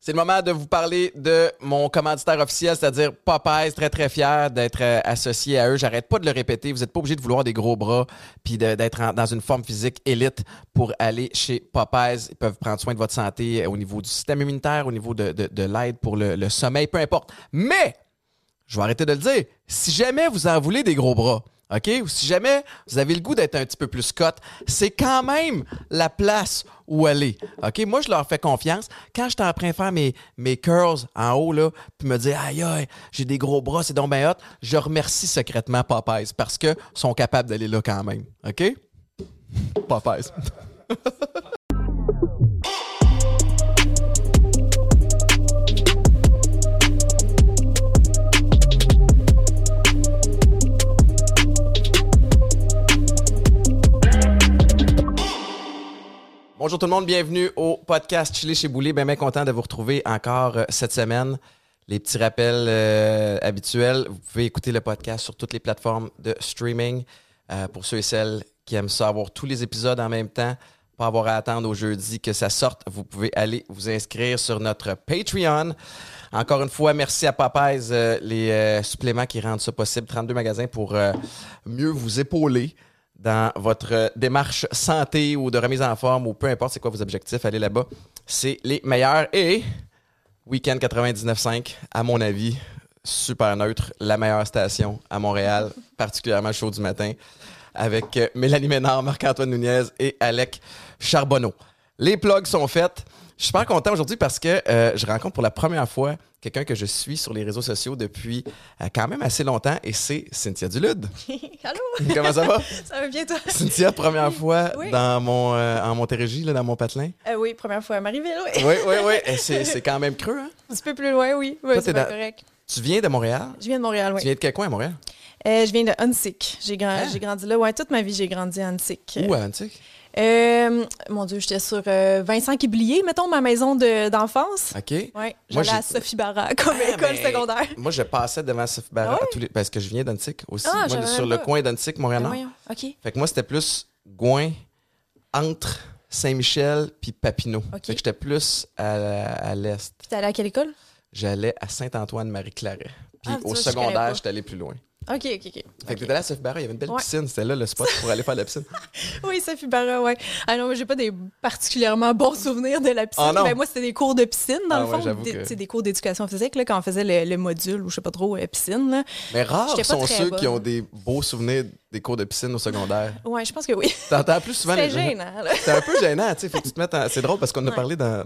C'est le moment de vous parler de mon commanditaire officiel, c'est-à-dire Popeyes. Très, très fier d'être associé à eux. J'arrête pas de le répéter. Vous n'êtes pas obligé de vouloir des gros bras puis d'être dans une forme physique élite pour aller chez Popeyes. Ils peuvent prendre soin de votre santé au niveau du système immunitaire, au niveau de l'aide pour le sommeil, peu importe. Mais, je vais arrêter de le dire, si jamais vous en voulez des gros bras, OK? Ou si jamais vous avez le goût d'être un petit peu plus cote, c'est quand même la place où aller. OK? Moi, je leur fais confiance. Quand j'étais en train de faire mes curls en haut, là, puis me dire, aïe, aïe, j'ai des gros bras, c'est donc bien hot, je remercie secrètement Popeyes parce qu'ils sont capables d'aller là quand même. OK? Popeyes. Bonjour tout le monde, bienvenue au podcast Chili chez Boulay. Bien content de vous retrouver encore cette semaine. Les petits rappels habituels, vous pouvez écouter le podcast sur toutes les plateformes de streaming. Pour ceux et celles qui aiment ça, avoir tous les épisodes en même temps, pas avoir à attendre au jeudi que ça sorte, vous pouvez aller vous inscrire sur notre Patreon. Encore une fois, merci à Popeyes, les suppléments qui rendent ça possible. 32 magasins pour mieux vous épauler dans votre démarche santé ou de remise en forme ou peu importe c'est quoi vos objectifs, allez là-bas. C'est les meilleurs. Et Week-end 99.5, à mon avis, super neutre, la meilleure station à Montréal, particulièrement chaud du matin, avec Mélanie Ménard, Marc-Antoine Nunez et Alec Charbonneau. Les plugs sont faits. Je suis super content aujourd'hui parce que je rencontre pour la première fois quelqu'un que je suis sur les réseaux sociaux depuis quand même assez longtemps et c'est Cynthia Dulude. Allô? Comment ça va? Ça va bien, toi? Cynthia, première fois oui. dans en Montérégie, là, dans mon patelin. Oui, première fois à Marieville, oui. Oui. Et c'est quand même creux, hein? Un petit peu plus loin, oui. Oui, c'est pas correct. Tu viens de Montréal? Je viens de Montréal, oui. Tu viens de quel coin à Montréal? Je viens de Huntsic. J'ai grandi là. Ouais, toute ma vie, j'ai grandi à Huntsic. Où à Huntsic? Mon Dieu, j'étais sur Vincent Quiblier, mettons, ma maison d'enfance. OK. Ouais, j'allais à Sophie Barra comme école secondaire. Moi, je passais devant Sophie Barra parce que je viens d'Huntsic aussi. Moi, sur le coin d'Huntsic, Montréal-Nord. OK. Fait que moi, c'était plus Gouin, entre Saint-Michel puis Papineau. Okay. Fait que j'étais plus à l'est. Puis t'es allé à quelle école? J'allais à Saint-Antoine-Marie-Claret. Puis au vois, secondaire, j'étais allé plus loin. OK. Fait que t'étais allé à Sophie Barra, il y avait une belle piscine. C'était là le spot pour aller faire la piscine. Oui, Sophie Barra, oui. Ah non, j'ai pas des particulièrement bons souvenirs de la piscine. Ah non. Ben, moi, c'était des cours de piscine, dans le fond. Des cours d'éducation physique, là, quand on faisait le module, ou je sais pas trop, piscine. Là. Mais rares sont ceux qui ont des beaux souvenirs des cours de piscine au secondaire. Oui, je pense que oui. T'entends plus souvent les gens. C'est gênant, là. C'est un peu gênant, tu sais. Faut que tu te mettes C'est drôle parce qu'on en a parlé dans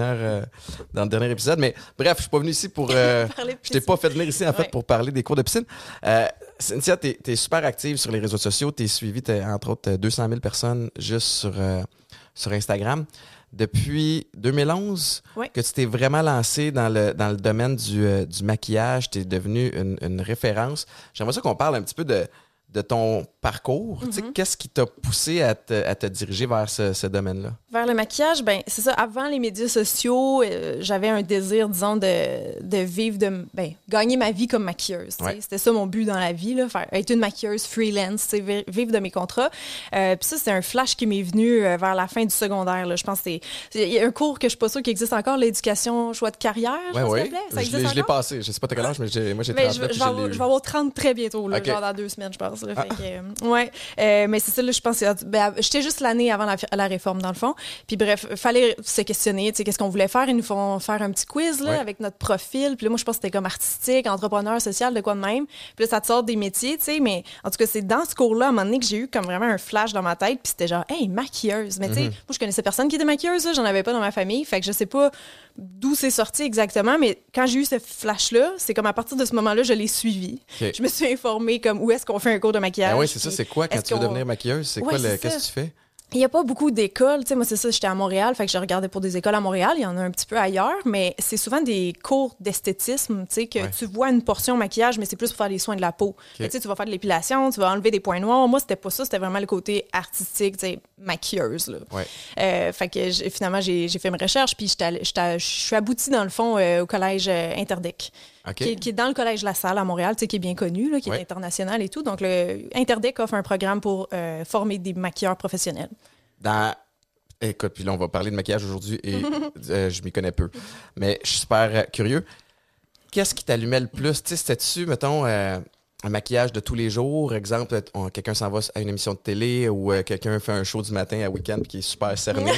le dernier épisode. Mais bref, je suis pas venu ici pour... je t'ai pas fait venir ici, en fait, pour parler des cours de piscine. Cynthia, t'es super active sur les réseaux sociaux. T'es suivie, entre autres, 200 000 personnes juste sur Instagram. Depuis 2011, que tu t'es vraiment lancée dans le domaine du maquillage, t'es devenue une référence. J'aimerais ça qu'on parle un petit peu de ton parcours. Mm-hmm. Qu'est-ce qui t'a poussé à te diriger vers ce domaine-là? Vers le maquillage, ben c'est ça. Avant les médias sociaux, j'avais un désir, disons, de vivre, gagner ma vie comme maquilleuse. Ouais. C'était ça mon but dans la vie, là, être une maquilleuse freelance, vivre de mes contrats. Puis ça, c'est un flash qui m'est venu vers la fin du secondaire. Là. Je pense que il y a un cours que je suis pas sûre qu'il existe encore, l'éducation choix de carrière. Oui. Je l'ai passé. Je sais pas t'as quel âge, mais moi j'ai 30 je vais avoir 30 très bientôt, là, genre dans 2 semaines, je pense. Là, mais c'est ça, là, je pense. J'étais juste l'année avant la réforme, dans le fond. Puis bref, il fallait se questionner, tu sais, qu'est-ce qu'on voulait faire. Ils nous font faire un petit quiz là, avec notre profil. Puis là, moi, je pense que c'était comme artistique, entrepreneur, social, de quoi de même. Puis là, ça te sort des métiers, tu sais. Mais en tout cas, c'est dans ce cours-là, à un moment donné, que j'ai eu comme vraiment un flash dans ma tête. Puis c'était genre, hey, maquilleuse. Mais tu sais, moi, je connaissais personne qui était maquilleuse. Là, j'en avais pas dans ma famille. Fait que je sais pas d'où c'est sorti exactement. Mais quand j'ai eu ce flash-là, c'est comme à partir de ce moment-là, je l'ai suivi. Okay. Je me suis informée comme où est-ce qu'on fait un cours de maquillage. Oui, c'est ça. C'est quoi quand tu veux devenir maquilleuse? C'est quoi qu'est-ce que tu fais? Il n'y a pas beaucoup d'écoles. Tu sais, moi, c'est ça, j'étais à Montréal, fait que je regardais pour des écoles à Montréal. Il y en a un petit peu ailleurs, mais c'est souvent des cours d'esthétisme, tu sais, que tu vois une portion maquillage, mais c'est plus pour faire les soins de la peau. Okay. Tu sais, tu vas faire de l'épilation, tu vas enlever des points noirs. Moi, c'était pas ça, c'était vraiment le côté artistique, tu sais, maquilleuse, là. Fait que finalement, j'ai fait une recherche, puis je suis aboutie, dans le fond, au collège Interdec. Okay. Qui est dans le collège La Salle à Montréal, qui est bien connu, là, qui est international et tout. Donc, le Interdec offre un programme pour former des maquilleurs professionnels. Écoute, puis là, on va parler de maquillage aujourd'hui et je m'y connais peu. Mais je suis super curieux. Qu'est-ce qui t'allumait le plus? Tu sais, c'était-tu, mettons, un maquillage de tous les jours? Exemple, quelqu'un s'en va à une émission de télé ou quelqu'un fait un show du matin à week-end qui est super cerné.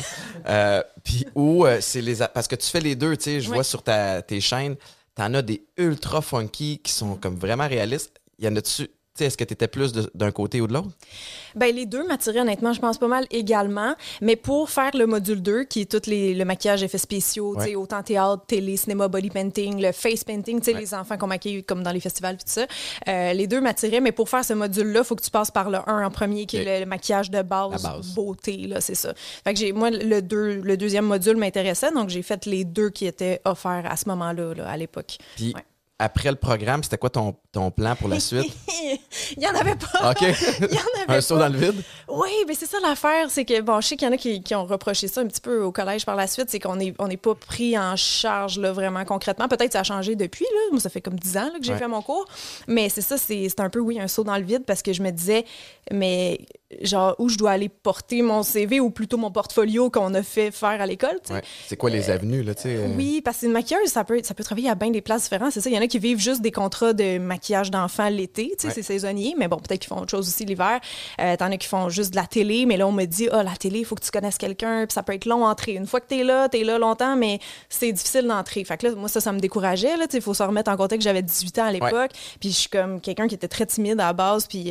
Puis c'est parce que tu fais les deux, tu sais, je vois sur tes chaînes, t'en as des ultra funky qui sont comme vraiment réalistes. Il y en a-tu... T'sais, est-ce que tu étais plus d'un côté ou de l'autre? Ben les deux m'attiraient honnêtement, je pense pas mal également. Mais pour faire le module 2, qui est tout le maquillage, effets spéciaux, autant théâtre, télé, cinéma, body painting, le face painting, les enfants qu'on maquille comme dans les festivals, tout ça, les deux m'attiraient. Mais pour faire ce module-là, il faut que tu passes par le 1 en premier, qui est le maquillage de base, beauté, là, c'est ça. Fait que moi, le deuxième module m'intéressait, donc j'ai fait les deux qui étaient offerts à ce moment-là, là, à l'époque. Puis, après le programme, c'était quoi ton plan pour la suite? Il n'y en avait pas. OK. Un saut dans le vide? Oui, mais c'est ça l'affaire. C'est que, bon, je sais qu'il y en a qui ont reproché ça un petit peu au collège par la suite. C'est qu'on n'est pas pris en charge là, vraiment concrètement. Peut-être que ça a changé depuis. Là. Moi, ça fait comme 10 ans là, que j'ai fait mon cours. Mais c'est ça, c'est un peu, oui, un saut dans le vide parce que je me disais, mais genre, où je dois aller porter mon CV ou plutôt mon portfolio qu'on a fait faire à l'école. Ouais. C'est quoi les avenues, là, tu sais? Oui, parce que une maquilleuse, ça peut travailler à bien des places différentes. C'est ça, il y en a qui vivent juste des contrats de maquillage d'enfants l'été, tu sais, c'est saisonnier, mais bon, peut-être qu'ils font autre chose aussi l'hiver. T'en as qui font juste de la télé, mais là, on me dit, la télé, il faut que tu connaisses quelqu'un, puis ça peut être long à entrer. Une fois que t'es là longtemps, mais c'est difficile d'entrer. Fait que là, moi, ça me décourageait, là, tu sais, il faut se remettre en contexte que j'avais 18 ans à l'époque, puis je suis comme quelqu'un qui était très timide à la base, puis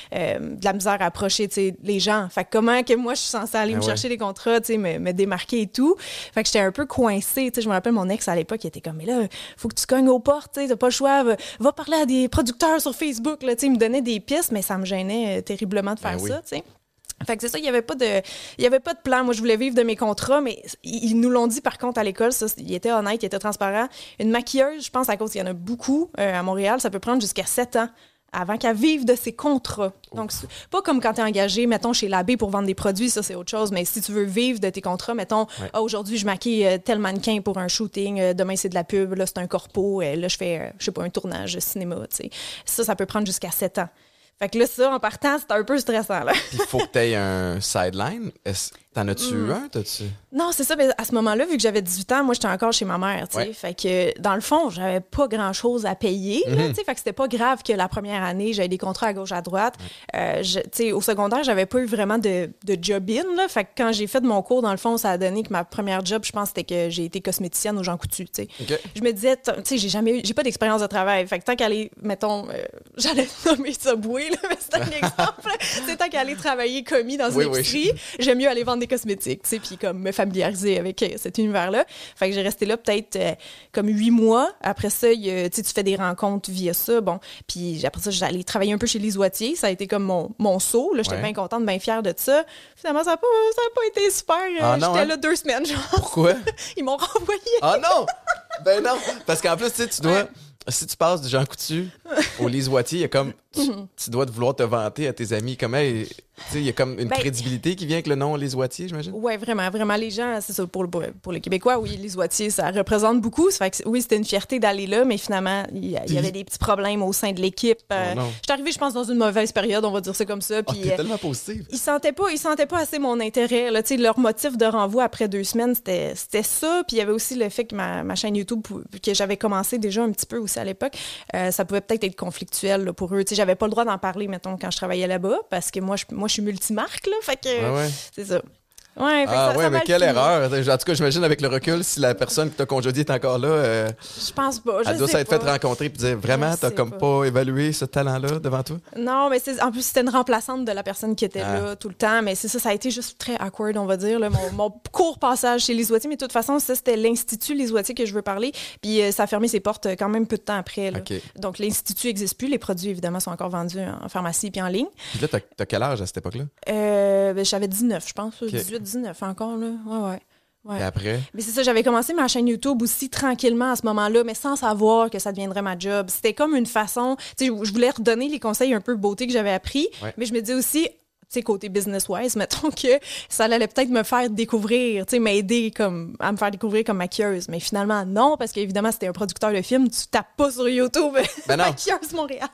de la misère à approcher, tu sais, les gens. Fait que comment que moi, je suis censée aller me chercher des contrats, tu sais, me démarquer et tout. Fait que j'étais un peu coincée, tu sais, je me rappelle mon ex à l'époque, il était comme, mais là, faut que tu cognes aux portes, tu sais, t'as pas le choix, va parler à des producteurs sur Facebook, là, tu sais, il me donnait des pistes, mais ça me gênait terriblement de faire ça, tu sais. Fait que c'est ça, il n'y avait pas de plan. Moi, je voulais vivre de mes contrats, mais ils nous l'ont dit par contre à l'école, ça, il était honnête, il était transparent. Une maquilleuse, je pense à cause qu'il y en a beaucoup à Montréal, ça peut prendre jusqu'à 7 ans avant qu'elle vive de ses contrats. Donc, c'est pas comme quand tu es engagé, mettons, chez l'Abbé pour vendre des produits, ça, c'est autre chose. Mais si tu veux vivre de tes contrats, mettons, aujourd'hui, je maquille tel mannequin pour un shooting, demain, c'est de la pub, là, c'est un corpo, là, je fais, je sais pas, un tournage cinéma, tu sais. Ça peut prendre jusqu'à 7 ans. Fait que là, ça, en partant, c'est un peu stressant, là. Il faut que tu aies un sideline. T'en as-tu eu un? Non, c'est ça. Mais à ce moment-là, vu que j'avais 18 ans, moi, j'étais encore chez ma mère, tu sais. Fait que, dans le fond, j'avais pas grand-chose à payer, là, tu sais. Fait que c'était pas grave que la première année, j'avais des contrats à gauche, à droite. Tu sais, au secondaire, j'avais pas eu vraiment de job-in, là. Fait que quand j'ai fait mon cours, dans le fond, ça a donné que ma première job, je pense, c'était que j'ai été cosméticienne aux Jean Coutu, tu sais. Okay. Je me disais, tu sais, j'ai pas d'expérience de travail. Fait que tant qu'aller, mettons, j'allais nommer Subway, là, mais c'est un exemple. C'est tant qu'aller travailler commis dans une épicerie, j'aime mieux aller vendre des cosmétiques, tu sais, puis comme me familiariser avec cet univers-là. Fait que j'ai resté là peut-être comme 8 mois. Après ça, tu fais des rencontres via ça. Bon, puis après ça, j'allais travailler un peu chez Lise Wattier. Ça a été comme mon saut. Là, j'étais bien contente, bien fière de ça. Finalement, ça n'a pas été super. J'étais là 2 semaines, genre. Pourquoi? Ils m'ont renvoyé. Ah non! Ben non! Parce qu'en plus, tu dois... Si tu passes du Jean Coutu au Lise Wattier, il y a comme... Tu dois vouloir te vanter à tes amis. Comment... Il y a comme une crédibilité qui vient avec le nom Lise Wattier, j'imagine? Oui, vraiment. Vraiment, les gens, c'est ça, pour les Québécois, oui, Lise Wattier, ça représente beaucoup. Ça fait que, oui, c'était une fierté d'aller là, mais finalement, il y avait des petits problèmes au sein de l'équipe. J'étais arrivée, je pense, dans une mauvaise période, on va dire ça comme ça. Puis, t'es tellement positive. Ils sentaient pas assez mon intérêt. Là, leur motif de renvoi après 2 semaines, c'était ça. Puis il y avait aussi le fait que ma chaîne YouTube, que j'avais commencé déjà un petit peu aussi à l'époque, ça pouvait peut-être être conflictuel là, pour eux. T'sais, j'avais pas le droit d'en parler, mettons, quand je travaillais là-bas, parce que moi, je suis multimarque, là, fait que c'est ça. Ouais, mais quelle erreur. En tout cas, j'imagine avec le recul, si la personne qui t'a congédié est encore là, je pense pas. Elle doit s'être fait rencontrer et dire vraiment, t'as comme pas évalué ce talent-là devant toi? Non, mais en plus, c'était une remplaçante de la personne qui était là tout le temps. Mais c'est ça, ça a été juste très awkward, on va dire. Là, mon court passage chez Lise Wattier. Mais de toute façon, ça, c'était l'Institut Lise Wattier que je veux parler. Puis ça a fermé ses portes quand même peu de temps après. Là. Okay. Donc, l'Institut n'existe plus. Les produits, évidemment, sont encore vendus en pharmacie puis en ligne. Puis là, t'as quel âge à cette époque-là? J'avais 19, je pense. Okay. 18-19 encore, là. Ouais. Et après? Mais c'est ça, j'avais commencé ma chaîne YouTube aussi tranquillement à ce moment-là, mais sans savoir que ça deviendrait ma job. C'était comme une façon... Tu sais, je voulais redonner les conseils un peu beauté que j'avais appris, mais je me disais aussi... sais, côté business-wise, mettons que ça allait peut-être me faire découvrir, tu sais, m'aider comme, à me faire découvrir comme maquilleuse. Mais finalement, non, parce qu'évidemment, c'était un producteur de film, tu tapes pas sur YouTube maquilleuse Montréal.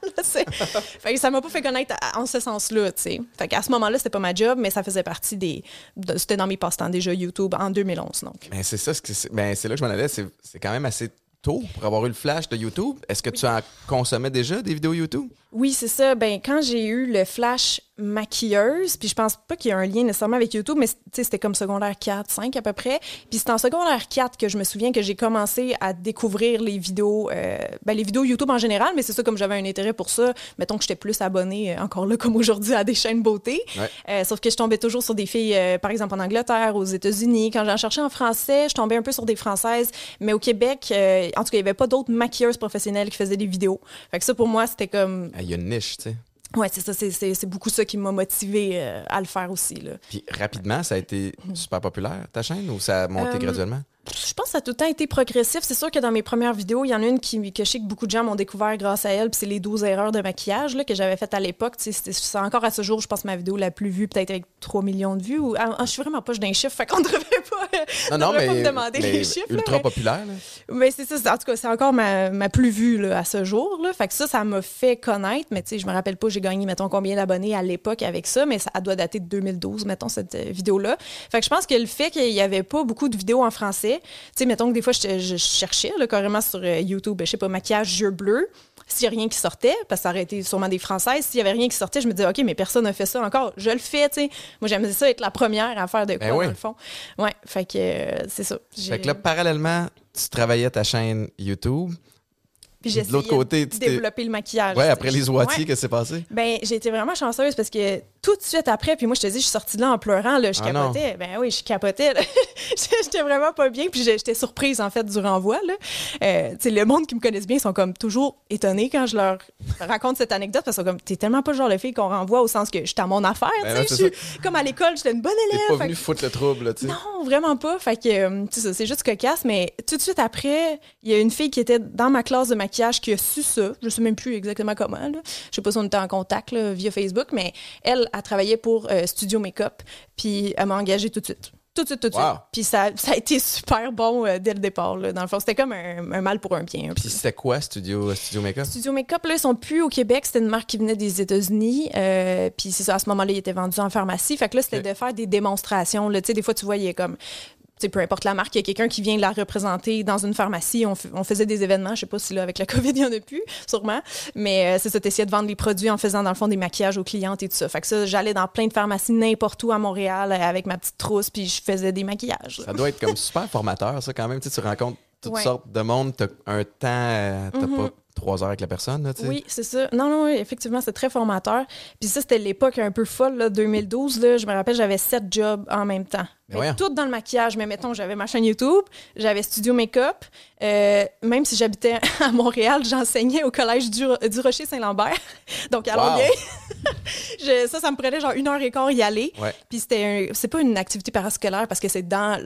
Fait que ça m'a pas fait connaître en ce sens-là, tu sais. Fait qu'à ce moment-là, c'était pas ma job, mais ça faisait partie c'était dans mes passe-temps déjà YouTube en 2011, donc. Ben, c'est ça, c'est là que je m'en allais. C'est quand même assez tôt pour avoir eu le flash de YouTube. Est-ce que tu en consommais déjà des vidéos YouTube? Oui, c'est ça. Ben, quand j'ai eu le flash maquilleuse, puis je pense pas qu'il y a un lien nécessairement avec YouTube, mais c'était comme secondaire 4, 5 à peu près. Puis c'est en secondaire 4 que je me souviens que j'ai commencé à découvrir les vidéos YouTube en général, mais c'est ça, comme j'avais un intérêt pour ça, mettons que j'étais plus abonnée, encore là, comme aujourd'hui, à des chaînes beauté. Ouais. Sauf que je tombais toujours sur des filles, par exemple en Angleterre, aux États-Unis. Quand j'en cherchais en français, je tombais un peu sur des Françaises, mais au Québec, en tout cas, il n'y avait pas d'autres maquilleuses professionnelles qui faisaient des vidéos. Fait que ça, pour moi, c'était comme... Il y a une niche, tu sais. Oui, c'est ça. C'est beaucoup ça qui m'a motivée à le faire aussi. Là. Puis rapidement, ça a été super populaire, ta chaîne, ou ça a monté graduellement? Je pense que ça a tout le temps été progressif. C'est sûr que dans mes premières vidéos, il y en a une que je sais que beaucoup de gens m'ont découvert grâce à elle, puis c'est les 12 erreurs de maquillage là, que j'avais faites à l'époque. C'est encore à ce jour, je pense, ma vidéo la plus vue, peut-être avec 3 millions de vues. Je suis vraiment poche d'un chiffre, fait qu'on ne devrait pas, pas me demander les chiffres. Ultra populaire. Là. Mais c'est ça, en tout cas, c'est encore ma plus vue là, à ce jour. Là. Fait que ça m'a fait connaître, mais je me rappelle pas, j'ai gagné, mettons, combien d'abonnés à l'époque avec ça, mais ça doit dater de 2012, mettons, cette vidéo-là. Fait que je pense que le fait qu'il y avait pas beaucoup de vidéos en français, mettons que des fois, je cherchais là, carrément sur YouTube, je sais pas, maquillage yeux bleus. S'il n'y a rien qui sortait, parce que ça aurait été sûrement des Françaises, s'il n'y avait rien qui sortait, je me disais, OK, mais personne n'a fait ça encore. Je le fais, tu sais. Moi, j'aimais ça être la première à faire de quoi, dans le fond. Ouais, fait que c'est ça. Fait que là, parallèlement, tu travaillais ta chaîne YouTube. Puis j'essayais de développer le maquillage. Ouais, après les Oitiers, qu'est-ce qui s'est passé? Ben, j'ai été vraiment chanceuse parce que tout de suite après, puis moi, je te dis, je suis sortie de là en pleurant, là, je capotais. Non. Ben oui, je capotais. J'étais vraiment pas bien, puis j'étais surprise, en fait, du renvoi. Le monde qui me connaissent bien sont comme toujours étonnés quand je leur raconte cette anecdote, parce que comme, t'es tellement pas le genre de fille qu'on renvoie au sens que j'étais à mon affaire, ben tu sais. Comme à l'école, j'étais une bonne élève. T'es pas venue foutre le trouble, tu sais. Non, vraiment pas. Fait que, c'est juste cocasse, mais tout de suite après, il y a une fille qui était dans ma classe de maquillage qui a su ça. Je sais même plus exactement comment. Là. Je sais pas si on était en contact là, via Facebook, mais elle travaillait pour Studio Makeup, puis elle m'a engagée tout de suite. Tout de suite. Puis ça a été super bon dès le départ. Là. Dans le fond, c'était comme un mal pour un bien. Puis c'était quoi, Studio Makeup? Studio Makeup, là, ils sont plus au Québec. C'était une marque qui venait des États-Unis. Puis c'est ça, à ce moment-là, il était vendu en pharmacie. Fait que là, c'était de faire des démonstrations. Là. Tu sais, des fois, tu vois, il y a comme... peu importe la marque, il y a quelqu'un qui vient la représenter dans une pharmacie. On faisait des événements. Je sais pas si là, avec la COVID, il y en a plus, sûrement. Mais c'est ça, t'essayais de vendre les produits en faisant, dans le fond, des maquillages aux clientes et tout ça. Fait que ça, j'allais dans plein de pharmacies n'importe où à Montréal avec ma petite trousse, puis je faisais des maquillages. Là. Ça doit être comme super formateur, ça, quand même. Tu rencontres toutes sortes de monde. T'as un temps, t'as pas 3 heures avec la personne, là, tu sais. Oui, c'est ça. Non, effectivement, c'est très formateur. Puis ça, c'était l'époque un peu folle, là, 2012. Là, je me rappelle, j'avais 7 jobs en même temps. Tout dans le maquillage. Mais mettons, j'avais ma chaîne YouTube, j'avais Studio Makeup. Même si j'habitais à Montréal, j'enseignais au collège du Rocher-Saint-Lambert. Donc, à Longueuil. Ça me prenait genre 1h15 y aller. Ouais. Puis c'est pas une activité parascolaire parce que c'est dans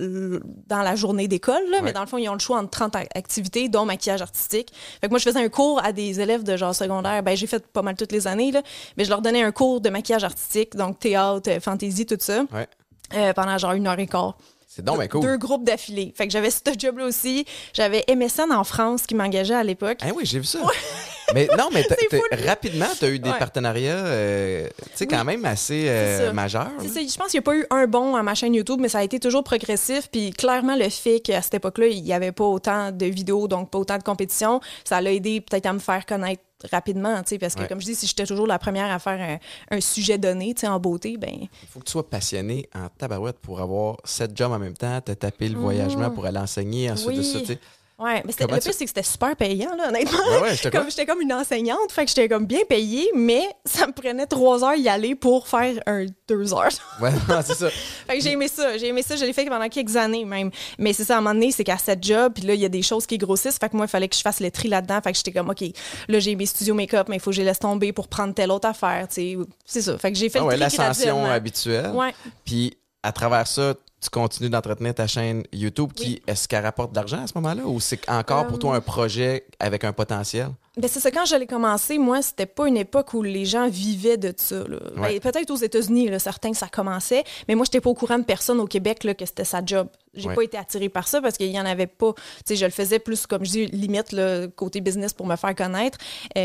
la journée d'école, là, mais dans le fond, ils ont le choix entre 30 activités, dont maquillage artistique. Fait que moi, je faisais un cours à des élèves de genre secondaire. Ben, j'ai fait pas mal toutes les années, là, mais je leur donnais un cours de maquillage artistique, donc théâtre, fantaisie, tout ça, pendant genre 1h15. C'est donc bien cool. 2 groupes d'affilée. Fait que j'avais ce job-là aussi. J'avais MSN en France qui m'engageait à l'époque. Ah oui, j'ai vu ça. Mais non, mais rapidement, tu as eu des partenariats quand même assez majeurs. C'est ça. Je pense qu'il n'y a pas eu un bon à ma chaîne YouTube, mais ça a été toujours progressif. Puis clairement, le fait qu'à cette époque-là, il n'y avait pas autant de vidéos, donc pas autant de compétition, ça l'a aidé peut-être à me faire connaître rapidement, parce que comme je dis, si j'étais toujours la première à faire un sujet donné, en beauté, ben... Il faut que tu sois passionné en tabarouette pour avoir 7 jobs en même temps, te taper le voyagement pour aller enseigner, ensuite de ça, tu sais. Ouais, mais le plus, c'est que c'était super payant, là, honnêtement. J'étais comme une enseignante, fait que j'étais comme bien payée, mais ça me prenait 3 heures y aller pour faire 2 heures. Ouais, c'est ça. Fait que j'ai aimé ça, je l'ai fait pendant quelques années même. Mais c'est ça, à un moment donné, c'est qu'à 7 jobs, puis là, il y a des choses qui grossissent, fait que moi, il fallait que je fasse le tri là-dedans, fait que j'étais comme, OK, là, j'ai mes studios make-up, mais il faut que je les laisse tomber pour prendre telle autre affaire, tu sais. C'est ça, fait que j'ai fait le tri l'ascension habituelle. Ouais. Puis à travers ça, tu continues d'entretenir ta chaîne YouTube est-ce qu'elle rapporte de l'argent à ce moment-là ou c'est encore pour toi un projet avec un potentiel? Ben c'est ça, quand j'allais commencer, moi, c'était pas une époque où les gens vivaient de ça. Là. Ben, peut-être aux États-Unis, là, certains, ça commençait, mais moi, j'étais pas au courant de personne au Québec là, que c'était sa job. J'ai pas été attirée par ça parce qu'il y en avait pas. Tu sais, je le faisais plus, comme je dis, limite, là, côté business pour me faire connaître.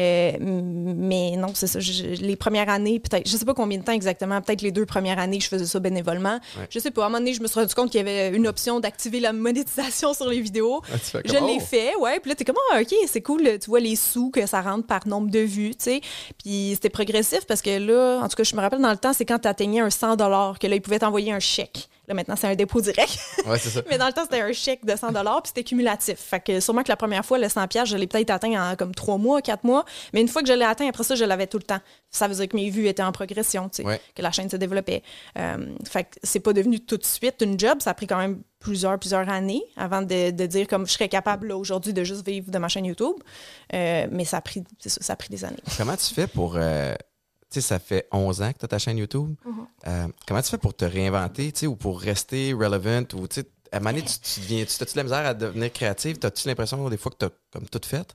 Mais non, c'est ça. Les premières années, peut-être, je sais pas combien de temps exactement, peut-être les 2 premières années, je faisais ça bénévolement. Je sais pas, à un moment donné, je me suis rendu compte qu'il y avait une option d'activer la monétisation sur les vidéos. Je l'ai fait, puis là, t'es comme, OK, c'est cool, tu vois les sous que ça rentre par nombre de vues, tu sais. Puis c'était progressif parce que là, en tout cas, je me rappelle dans le temps, c'est quand tu atteignais un 100$ que là, ils pouvaient t'envoyer un chèque. Là, maintenant, c'est un dépôt direct. Ouais, c'est ça. Mais dans le temps, c'était un chèque de 100$, puis c'était cumulatif. Fait que sûrement que la première fois, le 100$, je l'ai peut-être atteint en comme 3 mois, 4 mois. Mais une fois que je l'ai atteint, après ça, je l'avais tout le temps. Ça veut dire que mes vues étaient en progression, tu sais, que la chaîne se développait. Fait que c'est pas devenu tout de suite une job. Ça a pris quand même plusieurs années avant de dire comme je serais capable là, aujourd'hui de juste vivre de ma chaîne YouTube. Mais ça a pris des années. Comment tu fais pour... tu sais, ça fait 11 ans que tu as ta chaîne YouTube. Comment tu fais pour te réinventer, tu sais, ou pour rester relevant, ou tu sais, à un moment donné, t'as-tu de la misère à devenir créative? T'as-tu l'impression des fois que t'as comme tout fait?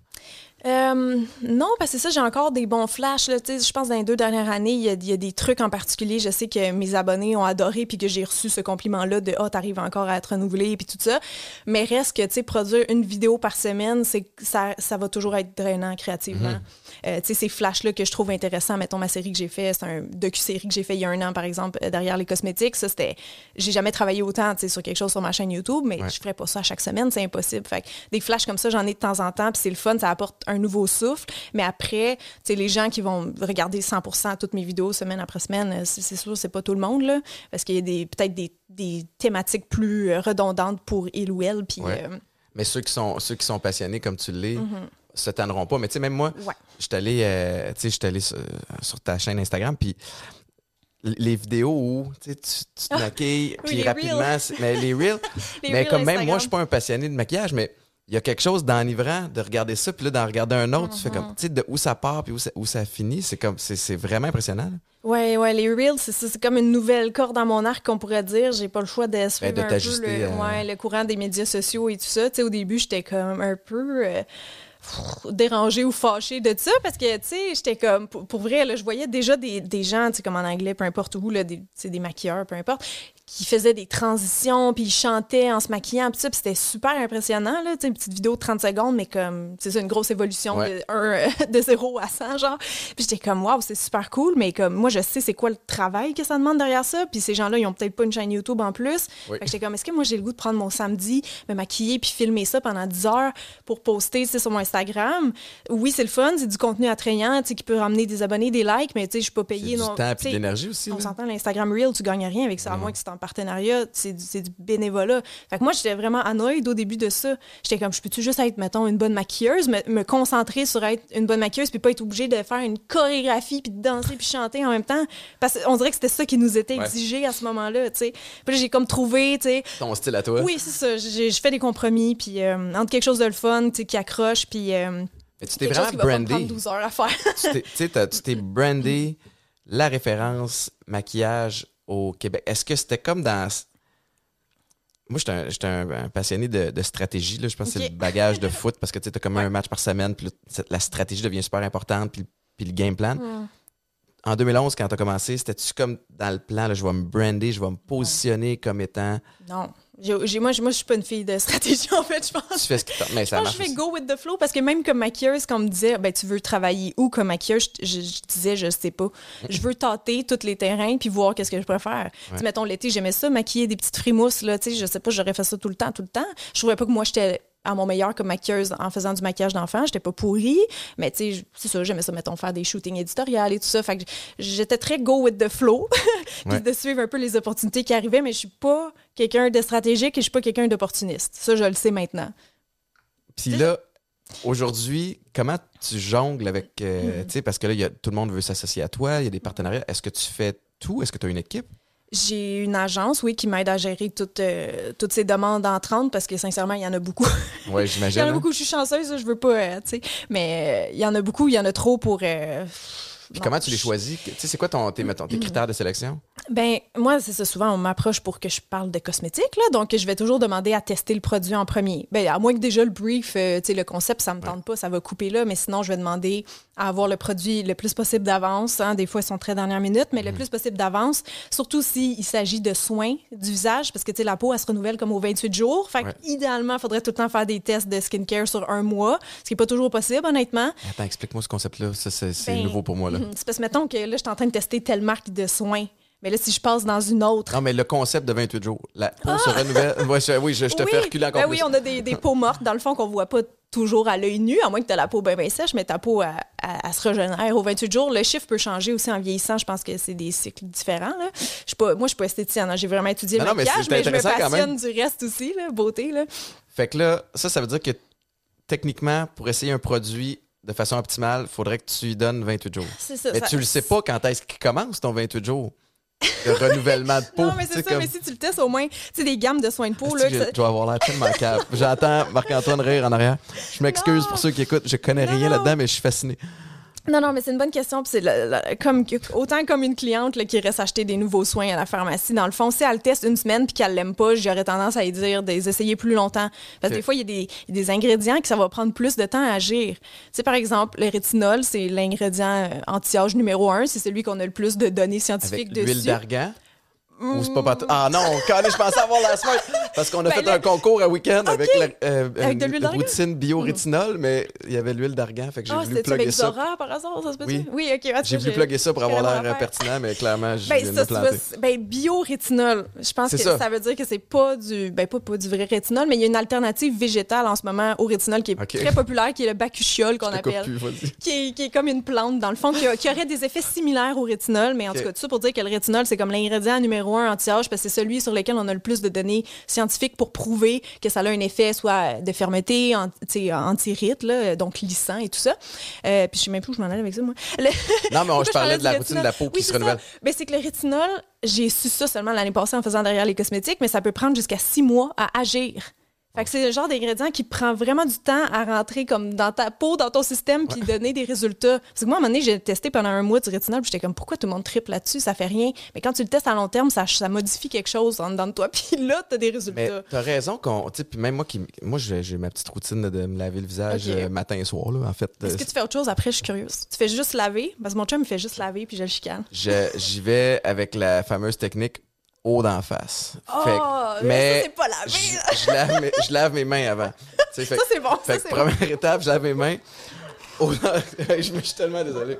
Non, parce que ça, j'ai encore des bons flashs. Là. Je pense que dans les 2 dernières années, il y a des trucs en particulier. Je sais que mes abonnés ont adoré puis que j'ai reçu ce compliment-là de « Ah, t'arrives encore à être renouvelé » puis tout ça. Mais reste que, tu sais, produire une vidéo par semaine, ça va toujours être drainant créativement. Tu sais, ces flashs-là que je trouve intéressants, mettons ma série que j'ai fait, c'est un docu-série que j'ai fait il y a 1 an, par exemple, derrière les cosmétiques. Ça, c'était... J'ai jamais travaillé autant, tu sais, sur quelque chose sur ma chaîne YouTube, mais je ferais pas ça chaque semaine, c'est impossible. Fait que des flashs comme ça, j'en ai de temps en temps, puis c'est le fun, ça apporte un nouveau souffle. Mais après, tu sais, les gens qui vont regarder 100% toutes mes vidéos semaine après semaine, c'est sûr, c'est pas tout le monde, là, parce qu'il y a peut-être des thématiques plus redondantes pour il ou elle, puis... Mais ceux qui sont passionnés comme tu l'es, se tanneront pas. Mais tu sais, même moi, je suis allé sur ta chaîne Instagram, puis les vidéos où tu te maquilles, puis rapidement... Mais les reels, mais comme même moi, je suis pas un passionné de maquillage, mais il y a quelque chose d'enivrant de regarder ça, puis là, d'en regarder un autre, tu fais comme, tu sais, de où ça part, puis où ça finit, c'est vraiment impressionnant. Ouais, les reels, c'est comme une nouvelle corde dans mon arc qu'on pourrait dire. J'ai pas le choix de suivre un peu le courant des médias sociaux et tout ça. Tu sais, au début, j'étais comme un peu... dérangée ou fâchée de ça parce que, tu sais, j'étais comme, pour vrai, là, je voyais déjà des gens, tu sais, comme en anglais, peu importe où, là, des maquilleurs, peu importe, qui faisaient des transitions, puis ils chantaient en se maquillant, puis ça, puis c'était super impressionnant, là, tu sais, une petite vidéo de 30 secondes, mais comme, c'est ça, une grosse évolution de 0 à 100, genre. Puis j'étais comme, waouh, c'est super cool, mais comme, moi, je sais c'est quoi le travail que ça demande derrière ça, puis ces gens-là, ils ont peut-être pas une chaîne YouTube en plus. Fait que j'étais comme, est-ce que moi, j'ai le goût de prendre mon samedi, me maquiller, puis filmer ça pendant 10 heures pour poster, tu sais, sur mon Instagram? Oui, c'est le fun, c'est du contenu attrayant, tu sais, qui peut ramener des abonnés, des likes, mais tu sais, je suis pas payée. C'est du temps puis de l'énergie aussi. On s'entend, l'Instagram Reel, tu gagnes rien avec ça, à moins que c'est en partenariat, c'est du bénévolat. Fait que moi, j'étais vraiment annoyed au début de ça. J'étais comme, je peux-tu juste être, mettons, une bonne maquilleuse, me concentrer sur être une bonne maquilleuse, puis pas être obligée de faire une chorégraphie, puis de danser, puis chanter en même temps? Parce qu'on dirait que c'était ça qui nous était exigé à ce moment-là, tu sais. Puis là, j'ai comme trouvé, tu sais... Ton style à toi? Oui, c'est ça. Je fais des compromis, puis entre quelque chose de le fun, tu sais, qui accroche, puis... Mais tu t'es vraiment brandé. 12 heures à faire. Tu t'es brandé la référence maquillage au Québec. Est-ce que c'était comme dans... Moi, j'étais un passionné de stratégie. Là. Je pense que c'est le bagage de foot parce que tu as comme un match par semaine, puis la stratégie devient super importante, puis le game plan. En 2011, quand tu as commencé, c'était-tu comme dans le plan, là, je vais me brander, je vais me positionner comme étant... Non. Moi, je suis pas une fille de stratégie, en fait, je pense. Tu fais ce qui tente, mais ça marche. Je fais go with the flow parce que même comme maquilleuse, quand on me disait, ben, tu veux travailler où comme maquilleuse, je disais, je sais pas. Je veux tâter tous les terrains puis voir qu'est-ce que je préfère. Ouais. Mettons, l'été, j'aimais ça, maquiller des petites frimousses, là, tu sais, je sais pas, j'aurais fait ça tout le temps. Je trouvais pas que moi, j'étais à mon meilleur comme maquilleuse en faisant du maquillage d'enfant. J'étais pas pourrie, mais tu sais, c'est ça, j'aimais ça, mettons, faire des shootings éditoriales et tout ça. Fait que j'étais très go with the flow, puis de suivre un peu les opportunités qui arrivaient, mais je suis pas quelqu'un de stratégique et je suis pas quelqu'un d'opportuniste. Ça, je le sais maintenant. Puis là, aujourd'hui, comment tu jongles avec... tu sais, parce que là, tout le monde veut s'associer à toi, il y a des partenariats. Est-ce que tu fais tout? Est-ce que tu as une équipe? J'ai une agence, oui, qui m'aide à gérer toutes ces demandes entrantes parce que, sincèrement, il y en a beaucoup. Oui, j'imagine. Il y en a beaucoup, je suis chanceuse, je veux pas, tu sais. Mais il y en a beaucoup, il y en a trop pour Puis comment tu les choisis? Tu sais, c'est quoi tes critères de sélection? Ben moi, c'est ça. Souvent, on m'approche pour que je parle de cosmétiques, là. Donc, je vais toujours demander à tester le produit en premier. Ben, à moins que déjà le brief, tu sais, le concept, ça me tente pas, ça va couper là. Mais sinon, je vais demander à avoir le produit le plus possible d'avance. Hein. Des fois, ils sont très dernière minute, mais le plus possible d'avance. Surtout s'il s'agit de soins du visage, parce que, tu sais, la peau, elle se renouvelle comme aux 28 jours. Fait idéalement, il faudrait tout le temps faire des tests de skincare sur un mois, ce qui n'est pas toujours possible, honnêtement. Attends, explique-moi ce concept-là. Ça, c'est nouveau pour moi, là. C'est parce que, mettons que là, je suis en train de tester telle marque de soins. Mais là, si je passe dans une autre... Non, mais le concept de 28 jours. La peau se renouvelle... Oui, je te fais reculer encore plus. Oui, on a des peaux mortes, dans le fond, qu'on voit pas toujours à l'œil nu, à moins que tu aies la peau bien sèche, mais ta peau, elle se régénère aux 28 jours. Le chiffre peut changer aussi en vieillissant. Je pense que c'est des cycles différents. Là. Moi, je suis pas esthéticienne. Hein. J'ai vraiment étudié le maquillage, mais je me passionne du reste aussi, là, beauté. Là. Fait que là, ça veut dire que techniquement, pour essayer un produit de façon optimale, il faudrait que tu lui donnes 28 jours. C'est ça. Mais tu le sais pas quand est-ce qu'il commence ton 28 jours. Le renouvellement de peau. Non, mais c'est ça, mais si tu le testes au moins, tu sais, des gammes de soins de peau. Là, je dois avoir l'air tellement cave. J'entends Marc-Antoine rire en arrière. Je m'excuse pour ceux qui écoutent. Je connais rien là-dedans, mais je suis fasciné. Non, mais c'est une bonne question. Puis c'est autant comme une cliente là, qui reste acheter des nouveaux soins à la pharmacie. Dans le fond, si elle teste une semaine puis qu'elle l'aime pas, j'aurais tendance à lui dire de les essayer plus longtemps. Parce que des fois, il y a des ingrédients que ça va prendre plus de temps à agir. Tu sais, par exemple, le rétinol, c'est l'ingrédient anti-âge numéro 1. C'est celui qu'on a le plus de données scientifiques dessus. L'huile d'argan? Ou c'est pas Ah non, quand je pensais avoir la semaine. Parce qu'on a fait un concours un week-end avec une routine bio-rétinol, mais il y avait l'huile d'argan, fait que j'ai voulu plugger ça. Zora, par hasard, ça se peut? Oui, OK. J'ai voulu plugger ça pour avoir l'air pertinent, mais clairement, je viens de me planter. Bio-rétinol, je pense que ça veut dire que c'est pas du pas du vrai rétinol, mais il y a une alternative végétale en ce moment au rétinol qui est très populaire, qui est le bacuchiol qu'on appelle. Qui est comme une plante, dans le fond, qui aurait des effets similaires au rétinol, mais en tout cas, tout ça pour dire que le rétinol, c'est comme l'ingrédient numéro 1 anti-âge, parce que c'est celui sur lequel on a le plus de données scientifiques pour prouver que ça a un effet soit de fermeté, anti-rite, là, donc lissant et tout ça. Puis je sais même plus où je m'en allais avec ça, moi. Non, mais je parlais de la routine de la peau qui se renouvelle. Ben, c'est que le rétinol, j'ai su ça seulement l'année passée en faisant derrière les cosmétiques, mais ça peut prendre jusqu'à 6 mois à agir. Fait que c'est le genre d'ingrédient qui prend vraiment du temps à rentrer comme dans ta peau, dans ton système, puis donner des résultats. Parce que moi, à un moment donné, j'ai testé pendant un mois du rétinol, puis j'étais comme, pourquoi tout le monde triple là-dessus? Ça fait rien. Mais quand tu le testes à long terme, ça modifie quelque chose en dedans de toi, puis là, t'as des résultats. Mais t'as raison puis même moi, j'ai ma petite routine de me laver le visage matin et soir, là, en fait. Est-ce que tu fais autre chose après? Je suis curieuse. Tu fais juste laver? Parce que mon chum, il fait juste laver, puis je le chicane. J'y vais avec la fameuse technique eau d'en face. Mais ça, c'est pas lavé. Je lave mes mains avant. Ça, c'est bon. Fait que première étape, je lave mes mains. Je me suis tellement désolé.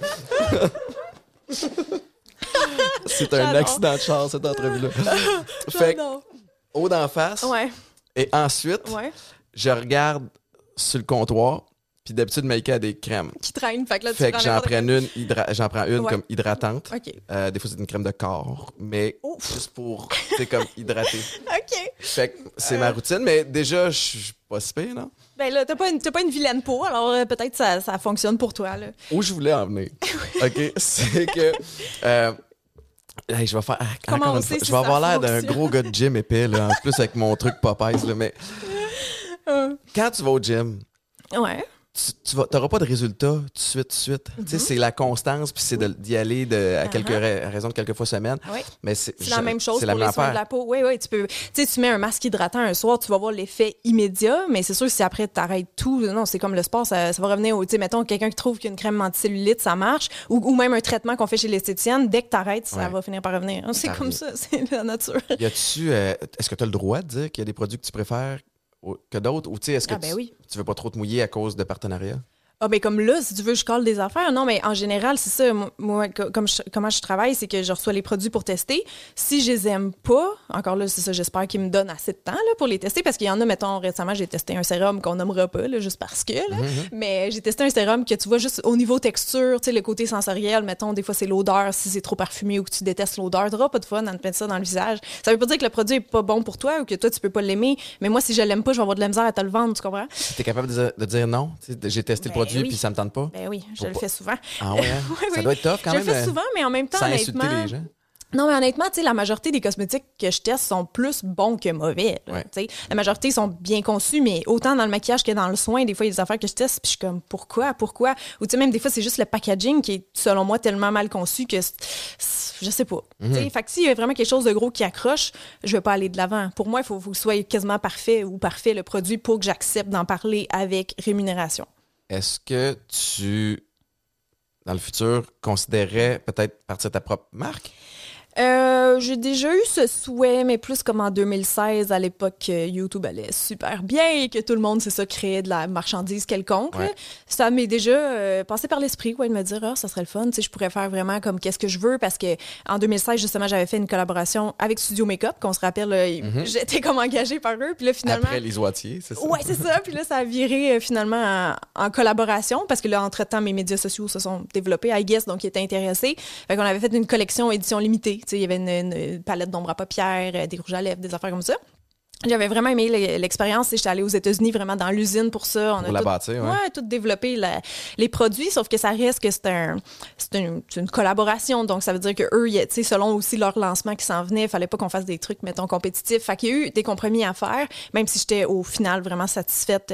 C'est un accident de char, cette entrevue-là. Fait que, eau d'en face. Ouais. Et ensuite, je regarde sur le comptoir. Puis d'habitude, Maïka a des crèmes. Qui traînent. Fait que là, j'en prends une comme hydratante. Okay. Des fois, c'est une crème de corps. Mais juste pour, comme hydrater. OK. Fait que c'est ma routine. Mais déjà, je suis pas si pire, non? Ben là, t'as pas une vilaine peau. Alors peut-être ça fonctionne pour toi, là. Où je voulais en venir. OK? C'est que... je vais faire... Encore une fois, je vais avoir l'air d'un gros gars de gym épais, là. En plus, avec mon truc Popeyes, là. Mais quand tu vas au gym... Ouais. Tu n'auras pas de résultats tout de suite. Tu sais, c'est la constance, puis c'est d'y aller à raison de quelques fois semaine. Oui. Mais c'est la même chose pour les soins de la peau. Oui, tu mets un masque hydratant un soir, tu vas voir l'effet immédiat, mais c'est sûr que si après tu arrêtes tout, non, c'est comme le sport, ça va revenir au, mettons, quelqu'un qui trouve qu'une crème anticellulite, ça marche, ou même un traitement qu'on fait chez l'esthéticienne, dès que tu arrêtes, ça va finir par revenir. C'est comme ça, c'est la nature. Est-ce que tu as le droit de dire qu'il y a des produits que tu préfères que d'autres? Ou est-ce que tu veux pas trop te mouiller à cause de partenariats? Ah, ben comme là, si tu veux, je colle des affaires. Non, mais en général, c'est ça. Moi, comment je travaille, c'est que je reçois les produits pour tester. Si je les aime pas, encore là, c'est ça, j'espère qu'ils me donnent assez de temps là, pour les tester, parce qu'il y en a, mettons, récemment, j'ai testé un sérum qu'on nommera pas, là, juste parce que, là. Mais j'ai testé un sérum que tu vois juste au niveau texture, tu sais, le côté sensoriel, mettons, des fois, c'est l'odeur, si c'est trop parfumé ou que tu détestes l'odeur, t'auras pas de fun à te mettre ça dans le visage. Ça veut pas dire que le produit est pas bon pour toi ou que toi, tu peux pas l'aimer, mais moi, si je l'aime pas, je vais avoir de la misère à te le vendre, tu comprends? T'es capable de dire non? J'ai testé le produit, puis ça me tente pas? Ben oui, je le fais souvent. Ah ouais? Ça doit être tough quand même. Je le fais souvent, mais en même temps, sans insulter les gens. Non, mais honnêtement, tu sais, la majorité des cosmétiques que je teste sont plus bons que mauvais. Là, tu sais. La majorité sont bien conçus, mais autant dans le maquillage que dans le soin, des fois, il y a des affaires que je teste, puis je suis comme, pourquoi? Ou tu sais, même des fois, c'est juste le packaging qui est, selon moi, tellement mal conçu que je sais pas. Tu sais, fait que s'il y a vraiment quelque chose de gros qui accroche, je vais pas aller de l'avant. Pour moi, il faut que vous soyez quasiment parfait le produit pour que j'accepte d'en parler avec rémunération. Est-ce que tu, dans le futur, considérerais peut-être partir de ta propre marque? J'ai déjà eu ce souhait, mais plus comme en 2016, à l'époque, YouTube allait super bien et que tout le monde, c'est ça, créait de la marchandise quelconque. Ouais. Ça m'est déjà passé par l'esprit, de me dire, ça serait le fun, tu sais, je pourrais faire vraiment comme qu'est-ce que je veux, parce que en 2016, justement, j'avais fait une collaboration avec Studio Makeup, qu'on se rappelle, j'étais comme engagée par eux, puis là, finalement... Après les oitiers, c'est ça? Ouais, c'est ça, puis là, ça a viré finalement en collaboration, parce que là, entre-temps, mes médias sociaux se sont développés, I guess, donc ils étaient intéressés. Fait qu'on avait fait une collection édition limitée. Il y avait une palette d'ombre à paupières, des rouges à lèvres, des affaires comme ça. J'avais vraiment aimé l'expérience. J'étais allée aux États-Unis vraiment dans l'usine pour ça. On a bâtir, tout développé les produits, sauf que ça reste que c'est une collaboration. Donc, ça veut dire qu'eux, selon aussi leur lancement qui s'en venait, il fallait pas qu'on fasse des trucs, mettons, compétitifs. Fait qu'il y a eu des compromis à faire, même si j'étais au final vraiment satisfaite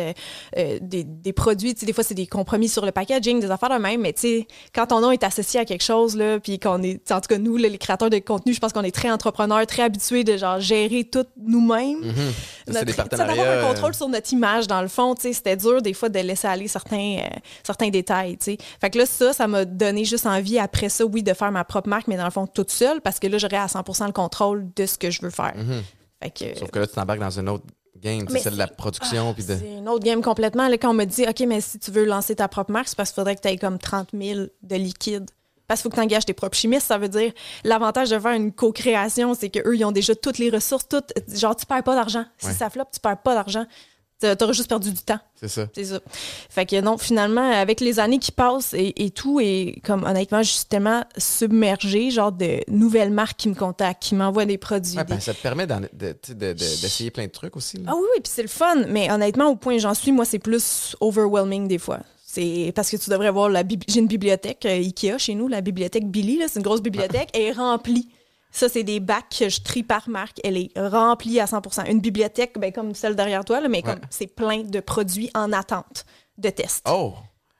des produits. Des fois, c'est des compromis sur le packaging, des affaires de même, mais quand ton nom est associé à quelque chose, là, puis qu'on est, en tout cas, nous, les créateurs de contenu, je pense qu'on est très entrepreneurs, très habitués de gérer tout nous-mêmes. C'est des partenariats. D'avoir un contrôle sur notre image, dans le fond, c'était dur des fois de laisser aller certains détails. T'sais. Fait que là, ça m'a donné juste envie après ça, oui, de faire ma propre marque, mais dans le fond, toute seule, parce que là, j'aurais à 100% le contrôle de ce que je veux faire. Fait que, sauf que là, tu t'embarques dans une autre game, c'est celle de la production. C'est une autre game complètement. Là, quand on me dit, OK, mais si tu veux lancer ta propre marque, c'est parce qu'il faudrait que tu aies comme 30 000 de liquide. Parce qu'il faut que tu engages tes propres chimistes. Ça veut dire, l'avantage de faire une co-création, c'est qu'eux, ils ont déjà toutes les ressources, genre, tu perds pas d'argent. Si ça floppe, tu perds pas d'argent. T'auras juste perdu du temps. C'est ça. Fait que non, finalement, avec les années qui passent et tout, et comme honnêtement, je suis tellement submergée, genre de nouvelles marques qui me contactent, qui m'envoient des produits. Ouais, ça te permet d'essayer plein de trucs aussi. Là. Ah oui, puis c'est le fun. Mais honnêtement, au point où j'en suis, moi, c'est plus overwhelming des fois. C'est parce que tu devrais voir j'ai une bibliothèque Ikea chez nous, la bibliothèque Billy, là, c'est une grosse bibliothèque, elle est remplie. Ça, c'est des bacs que je trie par marque. Elle est remplie à 100%. Une bibliothèque, comme celle derrière toi, là, mais comme c'est plein de produits en attente de test. Oh!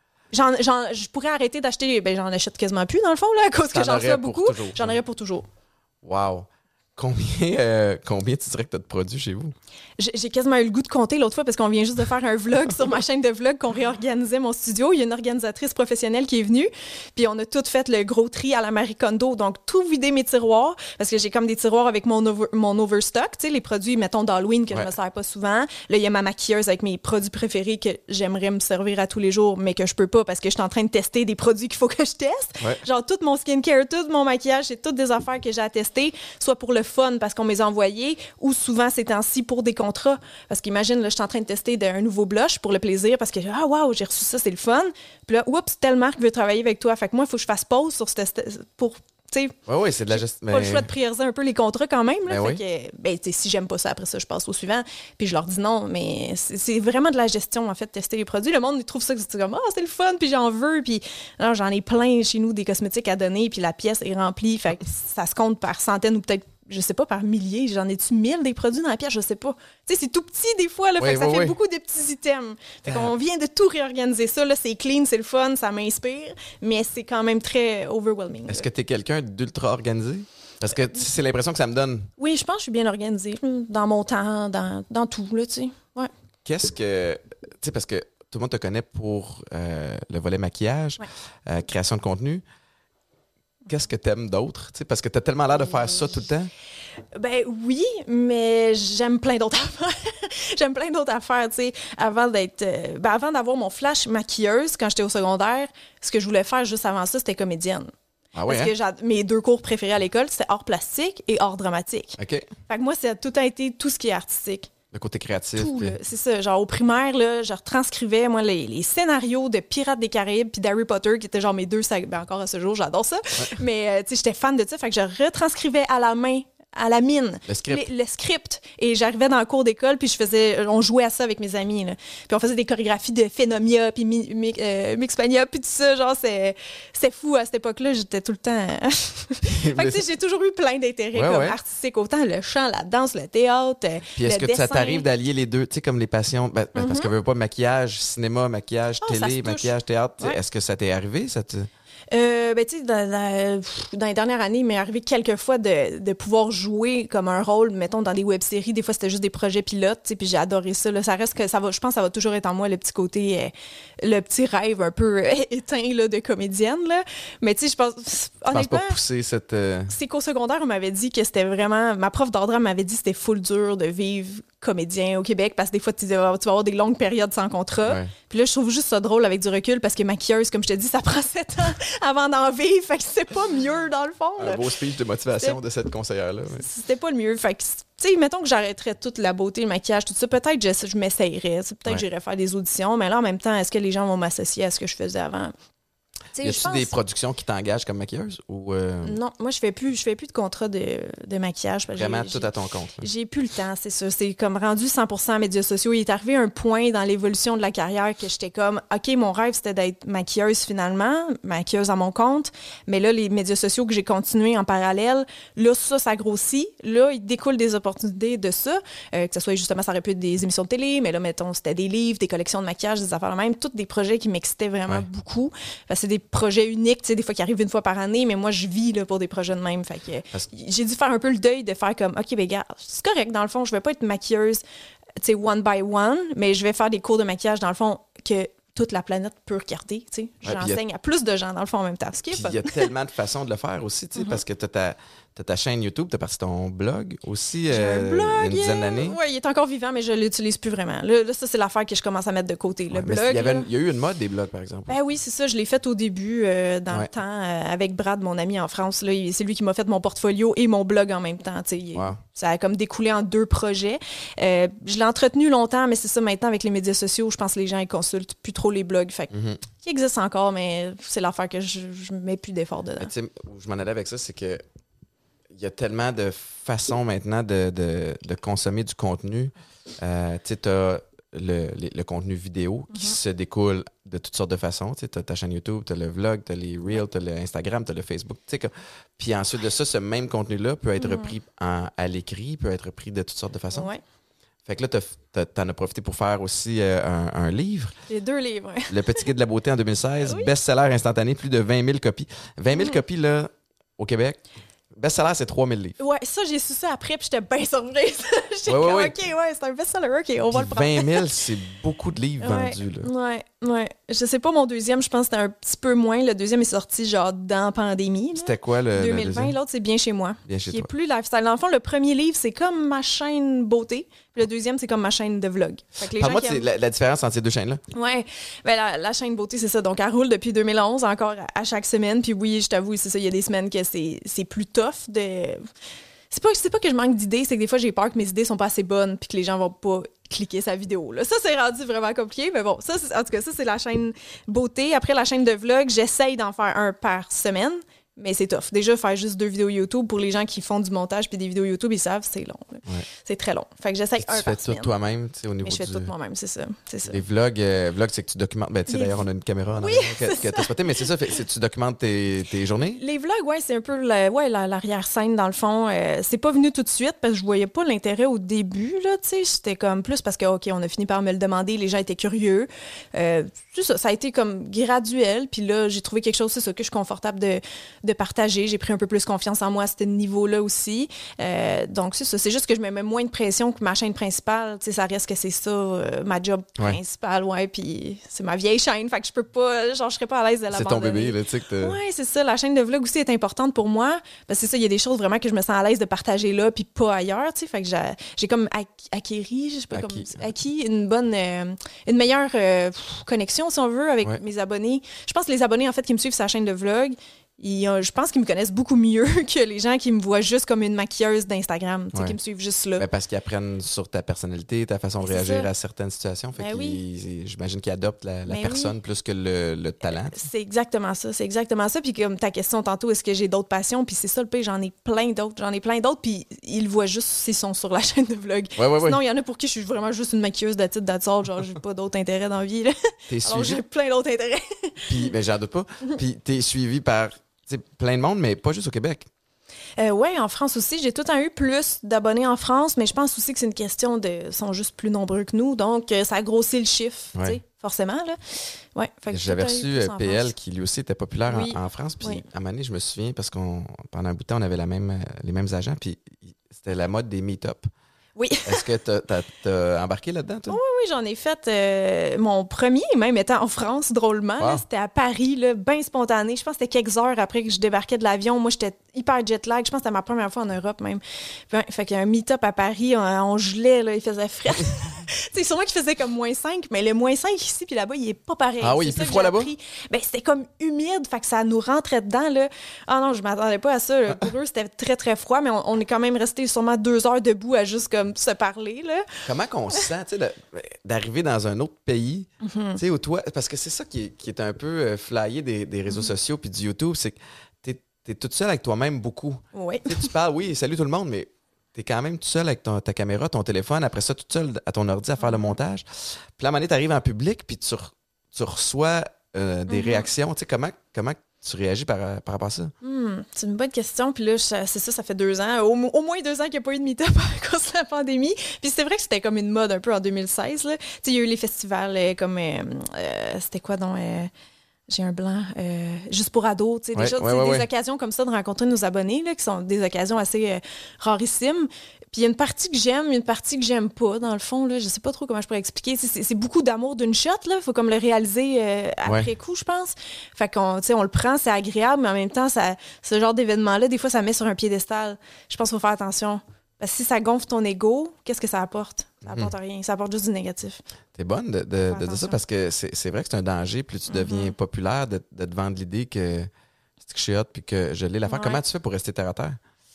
Je pourrais arrêter d'acheter, j'en achète quasiment plus dans le fond, là, à cause que j'en reçois beaucoup. J'en aurais pour toujours. Wow! Combien tu dirais que tu as de produits chez vous? J'ai quasiment eu le goût de compter l'autre fois parce qu'on vient juste de faire un vlog sur ma chaîne de vlog qu'on réorganisait mon studio. Il y a une organisatrice professionnelle qui est venue, puis on a tout fait le gros tri à la Marie Kondo. Donc, tout vidé mes tiroirs parce que j'ai comme des tiroirs avec mon overstock, tu sais, les produits, mettons, d'Halloween que je me sers pas souvent. Là, il y a ma maquilleuse avec mes produits préférés que j'aimerais me servir à tous les jours, mais que je peux pas parce que je suis en train de tester des produits qu'il faut que je teste. Ouais. Genre, tout mon skincare, tout mon maquillage, c'est toutes des affaires que j'ai à tester, soit pour le fun parce qu'on me les a envoyés ou souvent ces temps-ci pour des contrats. Parce qu'imagine, là, je suis en train de tester un nouveau blush pour le plaisir parce que, wow, j'ai reçu ça, c'est le fun. Puis là, oups, telle marque veut travailler avec toi. Fait que moi, il faut que je fasse pause sur pour, tu sais. Oui, c'est de la gestion. Pas le choix de prioriser un peu les contrats quand même. Là, fait que, si j'aime pas ça, après ça, je passe au suivant. Puis je leur dis non, mais c'est vraiment de la gestion, en fait, tester les produits. Le monde, il trouve ça que c'est comme, c'est le fun, puis j'en veux. Puis non, j'en ai plein chez nous, des cosmétiques à donner, puis la pièce est remplie. Fait que ça se compte par centaines ou peut-être, je sais pas, par milliers. J'en ai-tu 1000 des produits dans la pièce? Je sais pas. Tu sais, c'est tout petit des fois, là, fait que ça fait beaucoup de petits items. Fait qu'on vient de tout réorganiser ça. Là, c'est clean, c'est le fun, ça m'inspire, mais c'est quand même très overwhelming. Est-ce que tu es quelqu'un d'ultra organisé? Parce que c'est l'impression que ça me donne. Oui, je pense que je suis bien organisée. Dans mon temps, dans tout, là, tu sais. Ouais. Qu'est-ce que... Tu sais, parce que tout le monde te connaît pour le volet maquillage, création de contenu. Qu'est-ce que t'aimes d'autre? T'sais, parce que t'as tellement l'air de faire ça tout le temps. Ben oui, mais j'aime plein d'autres affaires. J'aime plein d'autres affaires, tu sais. Avant d'avoir mon flash maquilleuse, quand j'étais au secondaire, ce que je voulais faire juste avant ça, c'était comédienne. Ah oui, parce que mes 2 cours préférés à l'école, c'était art plastique et art dramatique. OK. Fait que moi, tout a été tout ce qui est artistique. Le côté créatif. Tout, c'est ça. Genre, au primaire, là, je retranscrivais, moi, les scénarios de Pirates des Caraïbes puis d'Harry Potter, qui étaient genre mes 2 sacs. Ben, encore à ce jour, j'adore ça. Ouais. Mais, tu sais, j'étais fan de ça. Fait que je retranscrivais à la main à la mine. Le script. Et j'arrivais dans le cours d'école, puis on jouait à ça avec mes amis. Là. Puis on faisait des chorégraphies de Phénomia, puis Mixmania, puis tout ça. Genre, c'est fou à cette époque-là. J'étais tout le temps... Fait que, tu sais, j'ai toujours eu plein d'intérêts artistiques. Autant le chant, la danse, le théâtre, puis est-ce que ça t'arrive d'allier les deux, tu sais, comme les passions? Parce que veut pas maquillage, cinéma, maquillage, télé, maquillage, théâtre. Est-ce que ça t'est arrivé? Tu sais, dans les dernières années, il m'est arrivé quelques fois de pouvoir jouer comme un rôle, mettons, dans des web-séries. Des fois, c'était juste des projets pilotes, tu sais, puis j'ai adoré ça. Là. Ça reste que je pense que ça va toujours être en moi, le petit côté, le petit rêve un peu éteint là, de comédienne. Là. Mais tu sais, je pense, honnêtement... pas pousser cette... C'est qu'au secondaire, on m'avait dit que c'était vraiment... Ma prof d'art drame m'avait dit que c'était full dur de vivre comédien au Québec parce que des fois, tu vas avoir des longues périodes sans contrat. Ouais. Puis là, je trouve juste ça drôle avec du recul parce que maquilleuse, comme je te dis, ça prend 7 ans avant d'en vivre. Fait que c'est pas mieux, dans le fond. Un beau speech de motivation de cette conseillère-là. Ouais. C'était pas le mieux. Fait que, tu sais, mettons que j'arrêterais toute la beauté, le maquillage, tout ça. Peut-être je m'essayerais. Peut-être que j'irais faire des auditions. Mais là, en même temps, est-ce que les gens vont m'associer à ce que je faisais avant? Y a-tu des productions qui t'engagent comme maquilleuse? Ou Non, moi, je fais plus de contrat de maquillage. Vraiment tout à ton compte. Là. J'ai plus le temps, c'est ça. C'est comme rendu 100% médias sociaux. Il est arrivé un point dans l'évolution de la carrière que j'étais comme, OK, mon rêve, c'était d'être maquilleuse finalement, maquilleuse à mon compte. Mais là, les médias sociaux que j'ai continué en parallèle, là, ça grossit. Là, il découle des opportunités de ça. Que ce soit justement, ça aurait pu être des émissions de télé, mais là, mettons, c'était des livres, des collections de maquillage, des affaires même. Tous des projets qui m'excitaient vraiment beaucoup. Parce que c'est des projets uniques, tu sais, des fois qui arrivent une fois par année, mais moi, je vis là, pour des projets de même. Fait que j'ai dû faire un peu le deuil de faire comme, OK, ben gars, c'est correct, dans le fond, je vais pas être maquilleuse, tu sais, one by one, mais je vais faire des cours de maquillage, dans le fond, que toute la planète peut regarder, tu sais. J'enseigne à plus de gens, dans le fond, en même temps. Il y a tellement de façons de le faire aussi, tu sais, parce que t'as ta chaîne YouTube, t'as parti ton blog aussi il y a une dizaine d'années. Oui, il est encore vivant, mais je l'utilise plus vraiment. Là, ça, c'est l'affaire que je commence à mettre de côté. Le blog. Il y a eu une mode des blogs, par exemple. Ben oui, c'est ça. Je l'ai fait au début, dans le temps, avec Brad, mon ami en France. Là, c'est lui qui m'a fait mon portfolio et mon blog en même temps. Ça a comme découlé en 2 projets. Je l'ai entretenu longtemps, mais c'est ça, maintenant, avec les médias sociaux, je pense que les gens ils consultent plus trop les blogs. Fait qui existent encore, mais c'est l'affaire que je mets plus d'efforts dedans. Où je m'en allais avec ça, c'est que il y a tellement de façons maintenant de consommer du contenu. Tu sais, tu as le contenu vidéo qui se découle de toutes sortes de façons. Tu as ta chaîne YouTube, tu as le vlog, tu as les Reels, tu as l'Instagram, tu as le Facebook. Puis ensuite de ça, ce même contenu-là peut être repris à l'écrit, peut être repris de toutes sortes de façons. Ouais. Fait que là, t'en as profité pour faire aussi un livre. Les 2 livres, oui. Le Petit Guide de la beauté en 2016, best-seller instantané, plus de 20 000 copies. 20 000 copies, là, au Québec. Best-seller, c'est 3 000 livres. Ouais, ça, j'ai su ça après, puis j'étais bien surprise. J'étais comme, OK, c'est un best-seller, OK, on va le prendre. 20 000, c'est beaucoup de livres vendus, là. Ouais. Je sais pas, mon deuxième, je pense que c'était un petit peu moins. Le deuxième est sorti, genre, dans la pandémie. C'était quoi, le 2020, l'autre, c'est Bien chez moi. Bien chez toi. Qui est plus lifestyle. Dans le fond, le premier livre, c'est comme ma chaîne beauté. Puis le deuxième, c'est comme ma chaîne de vlog. Parle-moi de la différence entre ces 2 chaînes-là. Ouais. Ben, la chaîne beauté, c'est ça. Donc, elle roule depuis 2011, encore à chaque semaine. Puis oui, je t'avoue, c'est ça, il y a des semaines que c'est plus tough de... C'est pas que je manque d'idées, c'est que des fois, j'ai peur que mes idées sont pas assez bonnes puis que les gens vont pas cliquer sa vidéo. Là. Ça, c'est rendu vraiment compliqué, mais bon, en tout cas, ça, c'est la chaîne beauté. Après, la chaîne de vlog, j'essaye d'en faire un par semaine, mais c'est tough. Déjà, faire juste 2 vidéos YouTube, pour les gens qui font du montage puis des vidéos YouTube, ils savent, c'est long. Ouais. C'est très long. Fait que j'essaye un par semaine. Tu fais tout toi-même, tu sais, au niveau je fais tout moi-même, c'est ça. Les vlogs, c'est que tu documentes... Ben, tu sais, d'ailleurs, on a une caméra en arrière que t'as spoté, mais c'est ça, c'est tu documentes tes journées? Les vlogs, ouais, c'est un peu l'arrière-scène, dans le fond. C'est pas venu tout de suite, parce que je voyais pas l'intérêt au début, là, tu sais. C'était comme plus parce que, OK, on a fini par me le demander, les gens étaient curieux. Ça a été comme graduel, puis là, j'ai trouvé quelque chose, c'est ça, que je suis confortable de partager. J'ai pris un peu plus confiance en moi à ce niveau-là aussi. Donc, c'est ça. C'est juste que je me mets moins de pression que ma chaîne principale. Tu sais, ça reste que c'est ça, ma job principale, puis c'est ma vieille chaîne. Fait que je peux pas, genre, je serais pas à l'aise de l'abandonner. C'est ton bébé, là, tu sais que ouais, c'est ça. La chaîne de vlog aussi est importante pour moi. Parce que c'est ça, il y a des choses vraiment que je me sens à l'aise de partager là, puis pas ailleurs, tu sais. Fait que j'ai comme acquis une meilleure connexion, si on veut, avec mes abonnés. Je pense que les abonnés, en fait, qui me suivent sur la chaîne de vlog, je pense qu'ils me connaissent beaucoup mieux que les gens qui me voient juste comme une maquilleuse d'Instagram, qui me suivent juste là. Ben parce qu'ils apprennent sur ta personnalité, ta façon de réagir à certaines situations. Fait j'imagine qu'ils adoptent la personne plus que le talent. C'est exactement ça. Puis comme ta question tantôt, est-ce que j'ai d'autres passions? Puis c'est ça le pire, j'en ai plein d'autres. Puis ils le voient juste s'ils sont sur la chaîne de vlog. Sinon, il y en a pour qui je suis vraiment juste une maquilleuse de titre d'attitude. Genre, j'ai pas d'autres intérêts dans la vie. Là. Alors, j'ai plein d'autres intérêts. Puis, ben, j'en doute pas. Puis t'es suivi par plein de monde, mais pas juste au Québec. Oui, en France aussi. J'ai tout le temps eu plus d'abonnés en France, mais je pense aussi que c'est une question de... Ils sont juste plus nombreux que nous, donc ça a grossi le chiffre, forcément. Là. Ouais, j'avais reçu PL, qui lui aussi était populaire en France. Puis à un moment donné, je me souviens, parce pendant un bout de temps, on avait les mêmes agents, puis c'était la mode des meet-up. Oui. Est-ce que t'as embarqué là-dedans, toi? Oui, j'en ai fait. Mon premier, même, étant en France, drôlement. Là, c'était à Paris, bien spontané. Je pense que c'était quelques heures après que je débarquais de l'avion. Moi, j'étais hyper jet-lag. Je pense que c'était ma première fois en Europe, même. Fait qu'il y a un meet-up à Paris. On gelait, là, il faisait frais. C'est sûrement qu'il faisait comme -5, mais le -5 ici, puis là-bas, il est pas pareil. Ah oui, il est plus froid là-bas? Ben, c'était comme humide, fait que ça nous rentrait dedans, là. Ah non, je m'attendais pas à ça. Là. Pour eux, c'était très, très froid, mais on est quand même resté sûrement 2 heures debout à juste comme se parler, là. Comment qu'on se sent, tu sais, d'arriver dans un autre pays, tu sais, où toi... Parce que c'est ça qui est un peu flyé des réseaux sociaux puis du YouTube, c'est que t'es toute seule avec toi-même beaucoup. Oui. Tu parles, oui, salut tout le monde, mais... T'es quand même tout seul avec ta caméra, ton téléphone, après ça, tout seul à ton ordi à faire le montage. Puis là, à un moment donné, t'arrives en public, puis tu reçois des réactions. Tu sais, comment tu réagis par rapport à ça? C'est une bonne question. Puis là, c'est ça fait 2 ans. Au moins 2 ans qu'il n'y a pas eu de meet-up à cause de la pandémie. Puis c'est vrai que c'était comme une mode un peu en 2016. Là. Tu sais, il y a eu les festivals comme... c'était quoi donc... J'ai un blanc. Juste pour ados, tu sais, des occasions comme ça de rencontrer nos abonnés, là, qui sont des occasions assez rarissimes. Puis il y a une partie que j'aime, une partie que j'aime pas, dans le fond, là. Je sais pas trop comment je pourrais expliquer. C'est beaucoup d'amour d'une shot, là. Faut comme le réaliser après coup, je pense. Fait qu'on, tu sais, on le prend, c'est agréable, mais en même temps, ce genre d'événement-là, des fois, ça met sur un piédestal. Je pense qu'il faut faire attention. Parce que si ça gonfle ton ego, qu'est-ce que ça apporte? Ça apporte rien. Ça apporte juste du négatif. T'es bonne de dire ça parce que c'est vrai que c'est un danger. Plus tu deviens populaire, de te vendre l'idée que je suis hot puis que je l'ai l'affaire. Ouais. Comment tu fais pour rester terre à terre?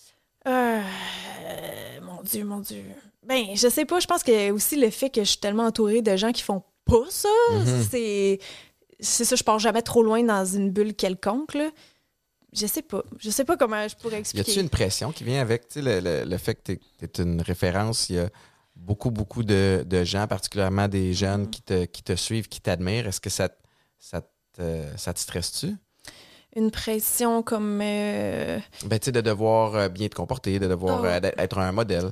Mon Dieu. Ben, je sais pas. Je pense que aussi le fait que je suis tellement entourée de gens qui font pas ça, c'est ça. Je pars jamais trop loin dans une bulle quelconque, là. Je sais pas comment je pourrais expliquer. Y a-t-il une pression qui vient avec le fait que t'es une référence? Il y a beaucoup de gens, particulièrement des jeunes qui te suivent, qui t'admirent. Est-ce que ça te stresse-tu? Une pression comme... Ben, tu sais, de devoir bien te comporter, de devoir être un modèle.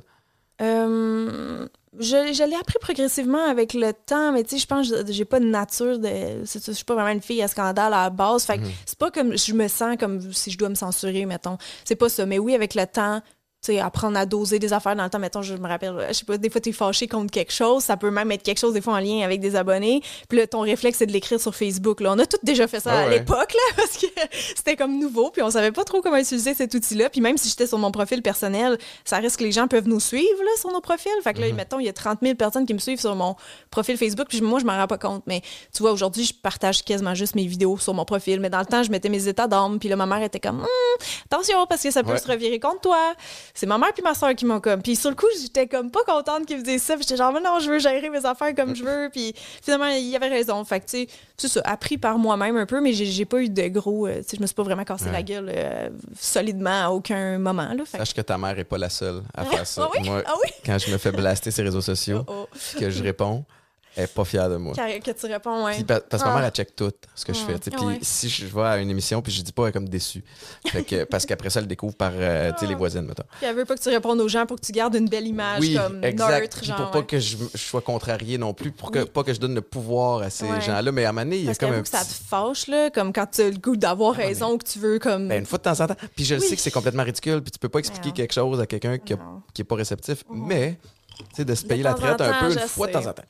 Je l'ai appris progressivement avec le temps, mais tu sais, je pense que j'ai pas de nature je suis pas vraiment une fille à scandale à la base. Fait que c'est pas comme je me sens comme si je dois me censurer, mettons. C'est pas ça. Mais oui, avec le temps, tu sais, apprendre à doser des affaires dans le temps. Mettons, je me rappelle, je sais pas, des fois, t'es fâché contre quelque chose. Ça peut même être quelque chose, des fois, en lien avec des abonnés. Puis là, ton réflexe, c'est de l'écrire sur Facebook. Là. On a tous déjà fait ça à l'époque, là, parce que c'était comme nouveau. Puis on savait pas trop comment utiliser cet outil-là. Puis même si j'étais sur mon profil personnel, ça risque que les gens peuvent nous suivre, là, sur nos profils. Fait que là, mettons, il y a 30 000 personnes qui me suivent sur mon profil Facebook. Puis moi, je m'en rends pas compte. Mais tu vois, aujourd'hui, je partage quasiment juste mes vidéos sur mon profil. Mais dans le temps, je mettais mes états d'âme. Puis là, ma mère était comme, attention, parce que ça peut se revirer contre toi. C'est ma mère puis ma soeur qui m'ont comme. Puis sur le coup, j'étais comme pas contente qu'ils me disaient ça. Puis j'étais genre, mais non, je veux gérer mes affaires comme je veux. Puis finalement, il y avait raison. Fait que, tu sais, c'est ça, appris par moi-même un peu, mais j'ai pas eu de gros. Tu sais, je me suis pas vraiment cassé la gueule solidement à aucun moment. Là, fait. Sache que ta mère est pas la seule à faire ça. Ah oui? Moi, quand je me fais blaster sur les réseaux sociaux, que je réponds, elle est pas fière de moi. Que tu réponds, ouais. Puis, parce que ma mère, elle check tout ce que je fais. Puis si je vais à une émission, puis je dis pas, elle est comme déçue. Parce qu'après ça, elle le découvre par les voisines, mettons. Puis elle veut pas que tu répondes aux gens pour que tu gardes une belle image comme neutre. Puis pour pas que je sois contrarié non plus, pour que pas que je donne le pouvoir à ces gens-là. Mais à un moment donné, il y a comme un que ça te fâche, là, comme quand tu as le goût d'avoir raison, que tu veux comme... Ben, une fois de temps en temps. Puis je le sais que c'est complètement ridicule, puis tu peux pas expliquer quelque chose à quelqu'un qui est pas réceptif, mais tu sais, de se payer la traite un peu une fois de temps en temps.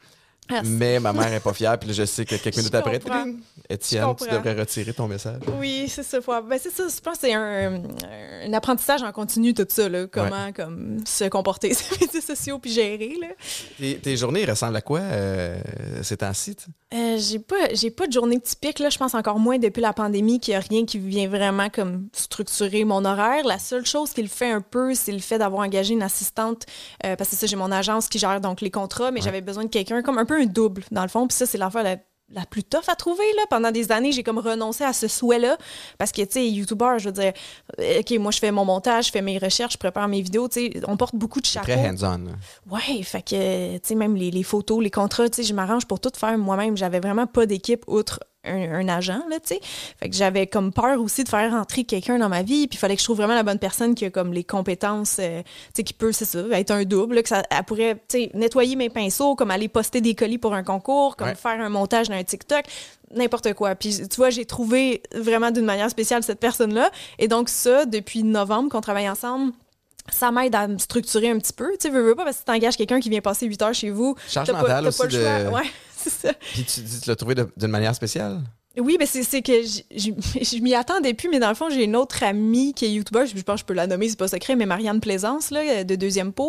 Mais ma mère n'est pas fière, puis là, je sais que quelques minutes après, Étienne, tu devrais retirer ton message. Oui, c'est ça. Ben, c'est ça. Je pense que c'est un apprentissage en continu, tout ça, là, comment comme, se comporter sur les réseaux sociaux puis gérer. Là. Tes journées ressemblent à quoi ces temps-ci? J'ai pas de journée typique. Là. Je pense encore moins depuis la pandémie qu'il n'y a rien qui vient vraiment comme structurer mon horaire. La seule chose qui le fait un peu, c'est le fait d'avoir engagé une assistante. Parce que c'est ça, j'ai mon agence qui gère donc les contrats, mais j'avais besoin de quelqu'un comme un peu un double, dans le fond. Puis ça, c'est l'affaire la plus tough à trouver, là. Pendant des années, j'ai comme renoncé à ce souhait-là. Parce que, tu sais, YouTuber, je veux dire, OK, moi, je fais mon montage, je fais mes recherches, je prépare mes vidéos, tu sais, on porte beaucoup de chapeaux. Très hands-on. Ouais, fait que, tu sais, même les photos, les contrats, tu sais, je m'arrange pour tout faire moi-même. J'avais vraiment pas d'équipe outre un agent, là, tu sais. Fait que j'avais comme peur aussi de faire rentrer quelqu'un dans ma vie, puis il fallait que je trouve vraiment la bonne personne qui a comme les compétences, tu sais, qui peut, c'est ça, être un double, là, que elle pourrait, tu sais, nettoyer mes pinceaux, comme aller poster des colis pour un concours, comme faire un montage dans un TikTok, n'importe quoi. Puis, tu vois, j'ai trouvé vraiment d'une manière spéciale cette personne-là. Et donc, ça, depuis novembre qu'on travaille ensemble, ça m'aide à me structurer un petit peu. Tu sais, veux pas, parce que si t'engages quelqu'un qui vient passer 8 heures chez vous, charge mentale aussi de... Ouais, c'est ça. Puis tu l'as trouvé d'une manière spéciale? Oui, mais c'est que je m'y attendais plus, mais dans le fond, j'ai une autre amie qui est YouTuber, je pense que je peux la nommer, c'est pas secret, mais Marianne Plaisance, là, de Deuxième Pot.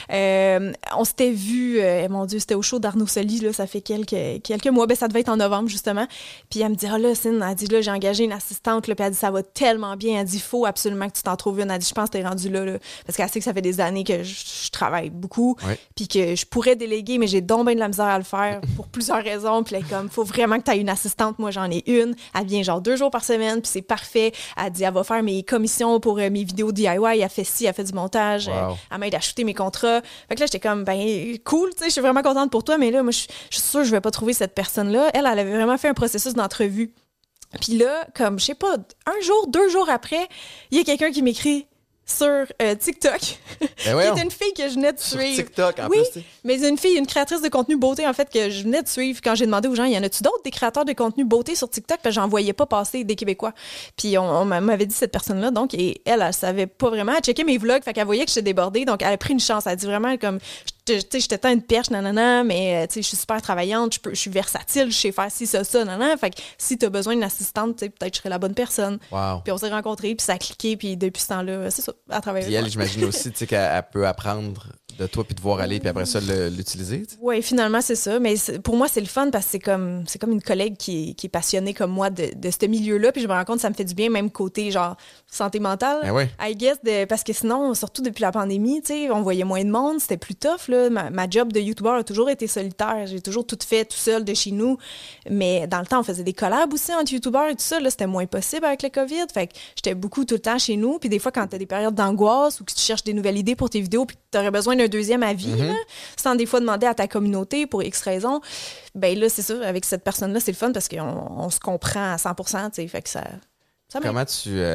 On s'était vu, mon Dieu, c'était au show d'Arnaud Soli, là, ça fait quelques mois, ben ça devait être en novembre, justement. Puis elle me dit, là, Cine, elle dit, là, j'ai engagé une assistante, là, puis elle dit, ça va tellement bien, elle dit, faut absolument que tu t'en trouves une. Elle dit, je pense que t'es rendue là, parce qu'elle sait que ça fait des années que je travaille beaucoup, puis que je pourrais déléguer, mais j'ai donc bien de la misère à le faire pour plusieurs raisons, puis là, comme, faut vraiment que t'aies une assistante, moi, j'en ai une. Elle vient genre 2 jours par semaine, puis c'est parfait. Elle dit, elle va faire mes commissions pour mes vidéos DIY. Elle fait ci, elle fait du montage. Elle m'aide à shooter mes contrats. Fait que là, j'étais comme, ben, cool, tu sais, je suis vraiment contente pour toi, mais là, moi, je suis sûre que je vais pas trouver cette personne-là. Elle avait vraiment fait un processus d'entrevue. Puis là, comme, je sais pas, 1 jour, 2 jours après, il y a quelqu'un qui m'écrit sur TikTok, qui est une fille que je venais de suivre. Sur TikTok, en plus. Oui, mais une créatrice de contenu beauté, en fait, que je venais de suivre quand j'ai demandé aux gens, y en a-tu d'autres des créateurs de contenu beauté sur TikTok? Parce que j'en voyais pas passer des Québécois. Puis on m'avait dit cette personne-là, donc, et elle savait pas vraiment. Elle checkait mes vlogs, fait qu'elle voyait que j'étais débordée, donc elle a pris une chance. Elle a dit vraiment comme, j'étais tant une perche, nanana, mais je suis super travaillante, je suis versatile, je sais faire ci, ça, nanana. Fait que si t'as besoin d'une assistante, peut-être je serais la bonne personne. Wow. Puis on s'est rencontrés, puis ça a cliqué, puis depuis ce temps-là, c'est ça, à travailler. Puis elle, j'imagine aussi, qu'elle peut apprendre de toi puis de voir aller puis après ça l'utiliser. Oui, finalement c'est ça, mais pour moi c'est le fun parce que c'est comme une collègue qui est passionnée comme moi de ce milieu-là, puis je me rends compte que ça me fait du bien, même côté genre santé mentale. I guess, parce que sinon, surtout depuis la pandémie, tu sais, on voyait moins de monde, c'était plus tough là. Ma job de YouTuber a toujours été solitaire, j'ai toujours tout fait tout seul de chez nous, mais dans le temps on faisait des collabs aussi entre YouTubers et tout ça, là c'était moins possible avec le COVID, fait que j'étais beaucoup tout le temps chez nous, puis des fois quand t'as des périodes d'angoisse ou que tu cherches des nouvelles idées pour tes vidéos puis que t'aurais besoin d'un deuxième avis, là, sans des fois demander à ta communauté pour X raisons, ben là, c'est ça, avec cette personne-là, c'est le fun parce qu'on se comprend à 100%, tu sais, fait que ça comment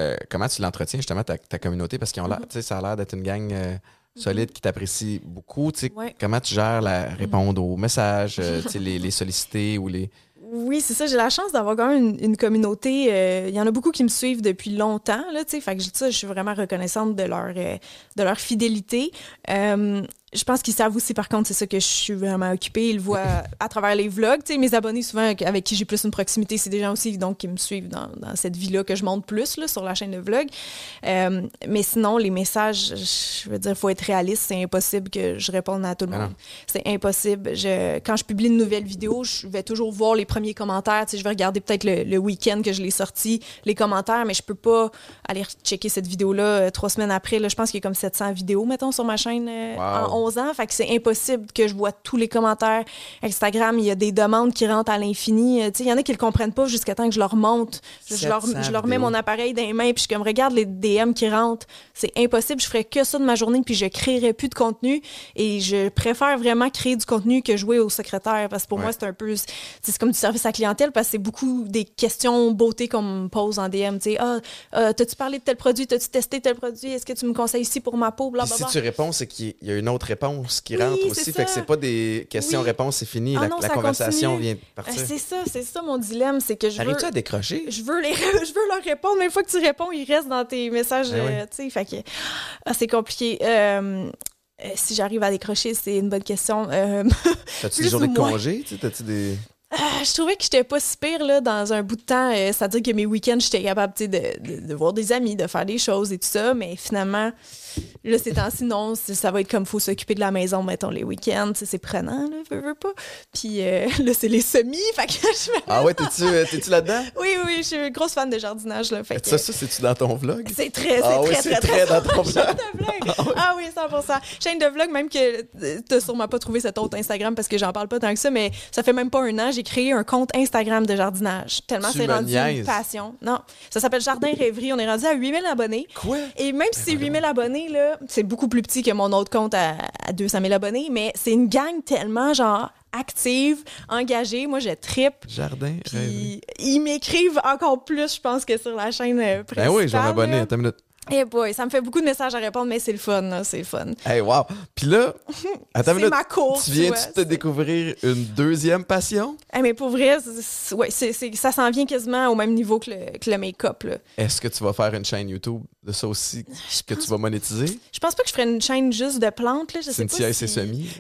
tu l'entretiens, justement, ta communauté? Parce qu'ils ont l'air, tu sais, ça a l'air d'être une gang solide qui t'apprécie beaucoup, tu sais, comment tu gères répondre aux messages, tu sais, les solliciter ou les... Oui, c'est ça. J'ai la chance d'avoir quand même une communauté. Il y en a beaucoup qui me suivent depuis longtemps, là, tu sais. Fait que je suis vraiment reconnaissante de leur fidélité. Je pense qu'ils savent aussi, par contre, c'est ça que je suis vraiment occupée. Ils le voient à travers les vlogs. Tu sais, mes abonnés, souvent, avec qui j'ai plus une proximité, c'est des gens aussi donc, qui me suivent dans cette vie-là que je monte plus là, sur la chaîne de vlog. Mais sinon, les messages, je veux dire, il faut être réaliste. C'est impossible que je réponde à tout le monde. C'est impossible. Quand je publie une nouvelle vidéo, je vais toujours voir les premiers commentaires. Tu sais, je vais regarder peut-être le week-end que je l'ai sorti, les commentaires, mais je peux pas aller checker cette vidéo-là 3 semaines après. Là, je pense qu'il y a comme 700 vidéos, mettons, sur ma chaîne en 11 ans, fait que c'est impossible que je vois tous les commentaires. Instagram, il y a des demandes qui rentrent à l'infini. Tu sais, il y en a qui le comprennent pas jusqu'à temps que je leur monte. Je leur mets mon appareil dans les mains, puis je comme, regarde les DM qui rentrent. C'est impossible, je ferais que ça de ma journée, puis je créerais plus de contenu. Et je préfère vraiment créer du contenu que jouer au secrétaire, parce que pour moi, c'est un peu... C'est comme du service à clientèle, parce que c'est beaucoup des questions beauté qu'on me pose en DM. Tu sais, t'as-tu parlé de tel produit? T'as-tu testé tel produit? Est-ce que tu me conseilles ici pour ma peau? Blablabla. Si tu réponds, c'est qu'il y a une autre réponse qui rentre aussi, fait que c'est pas des questions-réponses, c'est fini, la conversation vient de partir. C'est ça mon dilemme, c'est que Arrives-tu à décrocher? Je veux leur répondre, mais une fois que tu réponds, ils restent dans tes messages, tu sais, fait que c'est compliqué. Si j'arrive à décrocher, c'est une bonne question. T'as-tu des journées de congé? T'as-tu des... Je trouvais que j'étais pas si pire là, dans un bout de temps. C'est-à-dire que mes week-ends, j'étais capable de voir des amis, de faire des choses et tout ça. Mais finalement, là, ces temps-ci, non, ça va être comme faut s'occuper de la maison, mettons, les week-ends. C'est prenant, là, veux pas. Puis là, c'est les semis. Fait que je me... Ah ouais, t'es-tu là-dedans? Oui, je suis une grosse fan de jardinage. Là, fait ça, c'est-tu dans ton vlog? C'est très dans ton vlog. Chaîne de vlog. Ah oui, 100%. Chaîne de vlog, même que t'as sûrement pas trouvé cet autre Instagram parce que j'en parle pas tant que ça, mais ça fait même pas un an, j'ai créé un compte Instagram de jardinage. Tellement c'est rendu une passion. Non, ça s'appelle Jardin Rêverie. On est rendu à 8000 abonnés. Quoi? Et même si c'est 8000 abonnés, là, c'est beaucoup plus petit que mon autre compte à 200 000 abonnés, mais c'est une gang tellement, genre, active, engagée. Moi, je trippe. Jardin Rêverie. Ils m'écrivent encore plus, je pense, que sur la chaîne principale. Ben oui, je vais m'abonner. Attends une minute. Eh boy, ça me fait beaucoup de messages à répondre, mais c'est le fun, là, c'est le fun. Hey, wow! Puis là, attends une minute, ma course, tu viens-tu de découvrir une deuxième passion? Hey, mais pour vrai, ça s'en vient quasiment au même niveau que le make-up. Là. Est-ce que tu vas faire une chaîne YouTube de ça aussi que tu vas monétiser? Je pense pas que je ferais une chaîne juste de plantes. Là. Je sais Cynthia pas et ses semis?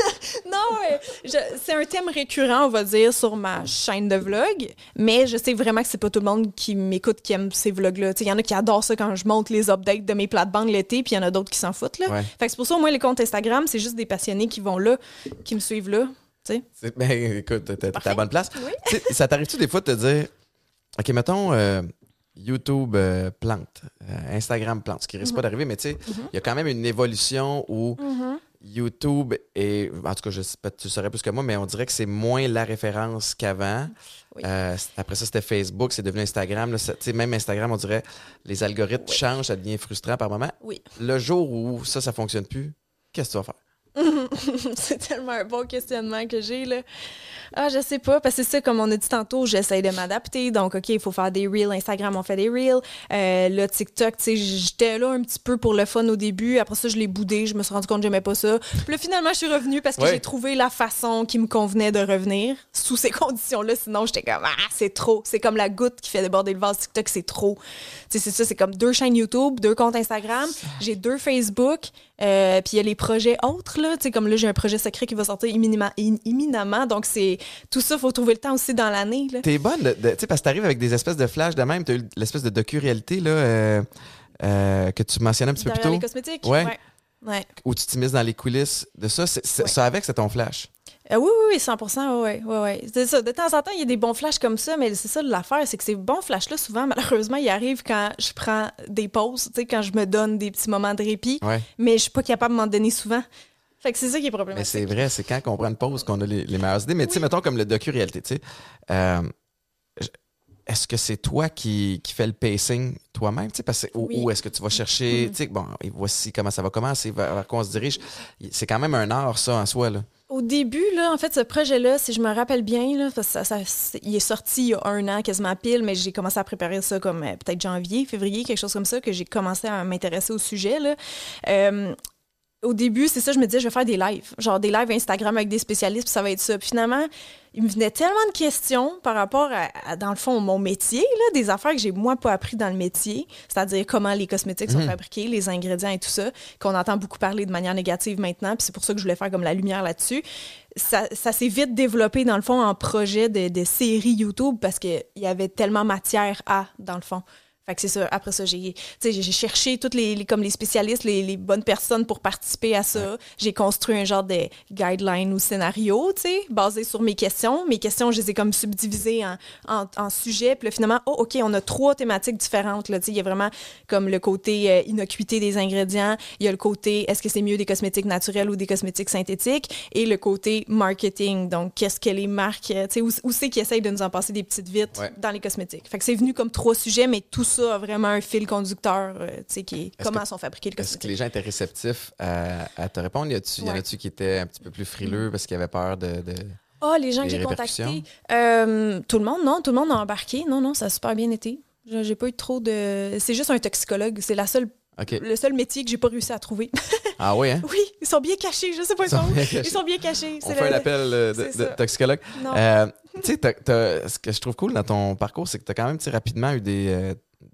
Non, c'est un thème récurrent, on va dire, sur ma chaîne de vlog, mais je sais vraiment que c'est pas tout le monde qui m'écoute qui aime ces vlogs-là. Il y en a qui adorent ça quand je monte les updates de mes plates-bandes l'été, puis il y en a d'autres qui s'en foutent. Là. Ouais. Fait que c'est pour ça, moi, les comptes Instagram, c'est juste des passionnés qui vont là, qui me suivent là. Ben, écoute, t'es à la bonne place. Oui. Ça t'arrive-tu des fois de te dire, OK, mettons, YouTube plante, Instagram plante, ce qui risque pas d'arriver, mais tu sais, il y a quand même une évolution où YouTube est, en tout cas, je sais pas, tu le saurais plus que moi, mais on dirait que c'est moins la référence qu'avant. Oui. Après ça, c'était Facebook, c'est devenu Instagram. Là, même Instagram, on dirait, les algorithmes changent, ça devient frustrant par moment. Oui. Le jour où ça fonctionne plus, qu'est-ce que tu vas faire? C'est tellement un bon questionnement que j'ai, là. Ah, je sais pas, parce que c'est ça, comme on a dit tantôt, j'essaie de m'adapter. Donc, OK, il faut faire des reels. Instagram, on fait des reels. Là, TikTok, tu sais, j'étais là un petit peu pour le fun au début. Après ça, je l'ai boudé. Je me suis rendu compte que j'aimais pas ça. Puis là, finalement, je suis revenue parce que j'ai trouvé la façon qui me convenait de revenir sous ces conditions-là. Sinon, j'étais comme, c'est trop. C'est comme la goutte qui fait déborder le vase. TikTok, c'est trop. Tu sais, c'est ça, c'est comme 2 chaînes YouTube, 2 comptes Instagram. J'ai 2 Facebook. Puis il y a les projets autres, là. Tu sais, comme là, j'ai un projet secret qui va sortir imminemment. Donc, c'est tout ça, il faut trouver le temps aussi dans l'année. Là. T'es bonne, tu sais, parce que t'arrives avec des espèces de flashs de même. T'as eu l'espèce de docu-réalité là, que tu mentionnais un petit peu plus tôt. Les cosmétiques? Ouais. Où tu t'immisces dans les coulisses de ça. Ça avec, c'est ton flash. Oui, 100%, ouais. C'est ça. De temps en temps, il y a des bons flashs comme ça, mais c'est ça l'affaire, c'est que ces bons flashs-là, souvent, malheureusement, ils arrivent quand je prends des pauses, tu sais, quand je me donne des petits moments de répit, mais je suis pas capable de m'en donner souvent. Fait que c'est ça qui est problématique. Mais c'est vrai, c'est quand on prend une pause qu'on a les meilleures idées. Mais tu sais, mettons comme le docu-réalité, tu sais, est-ce que c'est toi qui fais le pacing toi-même? Ou est-ce que tu vas chercher, tu sais, bon, et voici comment ça va commencer, vers quoi on se dirige. C'est quand même un art, ça, en soi, là. Au début, là, en fait, ce projet-là, si je me rappelle bien, là, parce que il est sorti il y a 1 an, quasiment pile, mais j'ai commencé à préparer ça comme peut-être janvier, février, quelque chose comme ça, que j'ai commencé à m'intéresser au sujet, là. Au début, c'est ça, je me disais, je vais faire des lives. Genre des lives Instagram avec des spécialistes, puis ça va être ça. Puis finalement, il me venait tellement de questions par rapport à dans le fond, mon métier, là, des affaires que j'ai, moi, pas appris dans le métier, c'est-à-dire comment les cosmétiques sont fabriqués, les ingrédients et tout ça, qu'on entend beaucoup parler de manière négative maintenant, puis c'est pour ça que je voulais faire comme la lumière là-dessus. Ça s'est vite développé, dans le fond, en projet de série YouTube, parce qu'il y avait tellement matière dans le fond. Fait que c'est ça. Après ça, j'ai cherché toutes comme les spécialistes, les bonnes personnes pour participer à ça. Ouais. J'ai construit un genre de guideline ou scénario, tu sais, basé sur mes questions. Mes questions, je les ai comme subdivisées en sujets. Puis là, finalement, OK, on a 3 thématiques différentes. Là, tu sais, il y a vraiment comme le côté innocuité des ingrédients. Il y a le côté, est-ce que c'est mieux des cosmétiques naturels ou des cosmétiques synthétiques? Et le côté marketing. Donc, qu'est-ce que les marques, tu sais, où c'est qu'ils essayent de nous en passer des petites vites dans les cosmétiques. Fait que c'est venu comme 3 sujets, mais tout ça a vraiment un fil conducteur, tu sais, qui est comment sont fabriqués les cosmétiques. Est-ce que les gens étaient réceptifs à te répondre? Y en a-tu qui étaient un petit peu plus frileux parce qu'ils avaient peur de les gens que j'ai contactés, tout le monde, non, tout le monde a embarqué. Non, ça a super bien été. J'ai pas eu trop de... C'est juste un toxicologue, c'est le seul métier que j'ai pas réussi à trouver. Ah oui, hein? Oui, ils sont bien cachés, je sais pas ils sont bien cachés. On fait un appel de toxicologue. Tu sais, ce que je trouve cool dans ton parcours, c'est que tu as quand même rapidement eu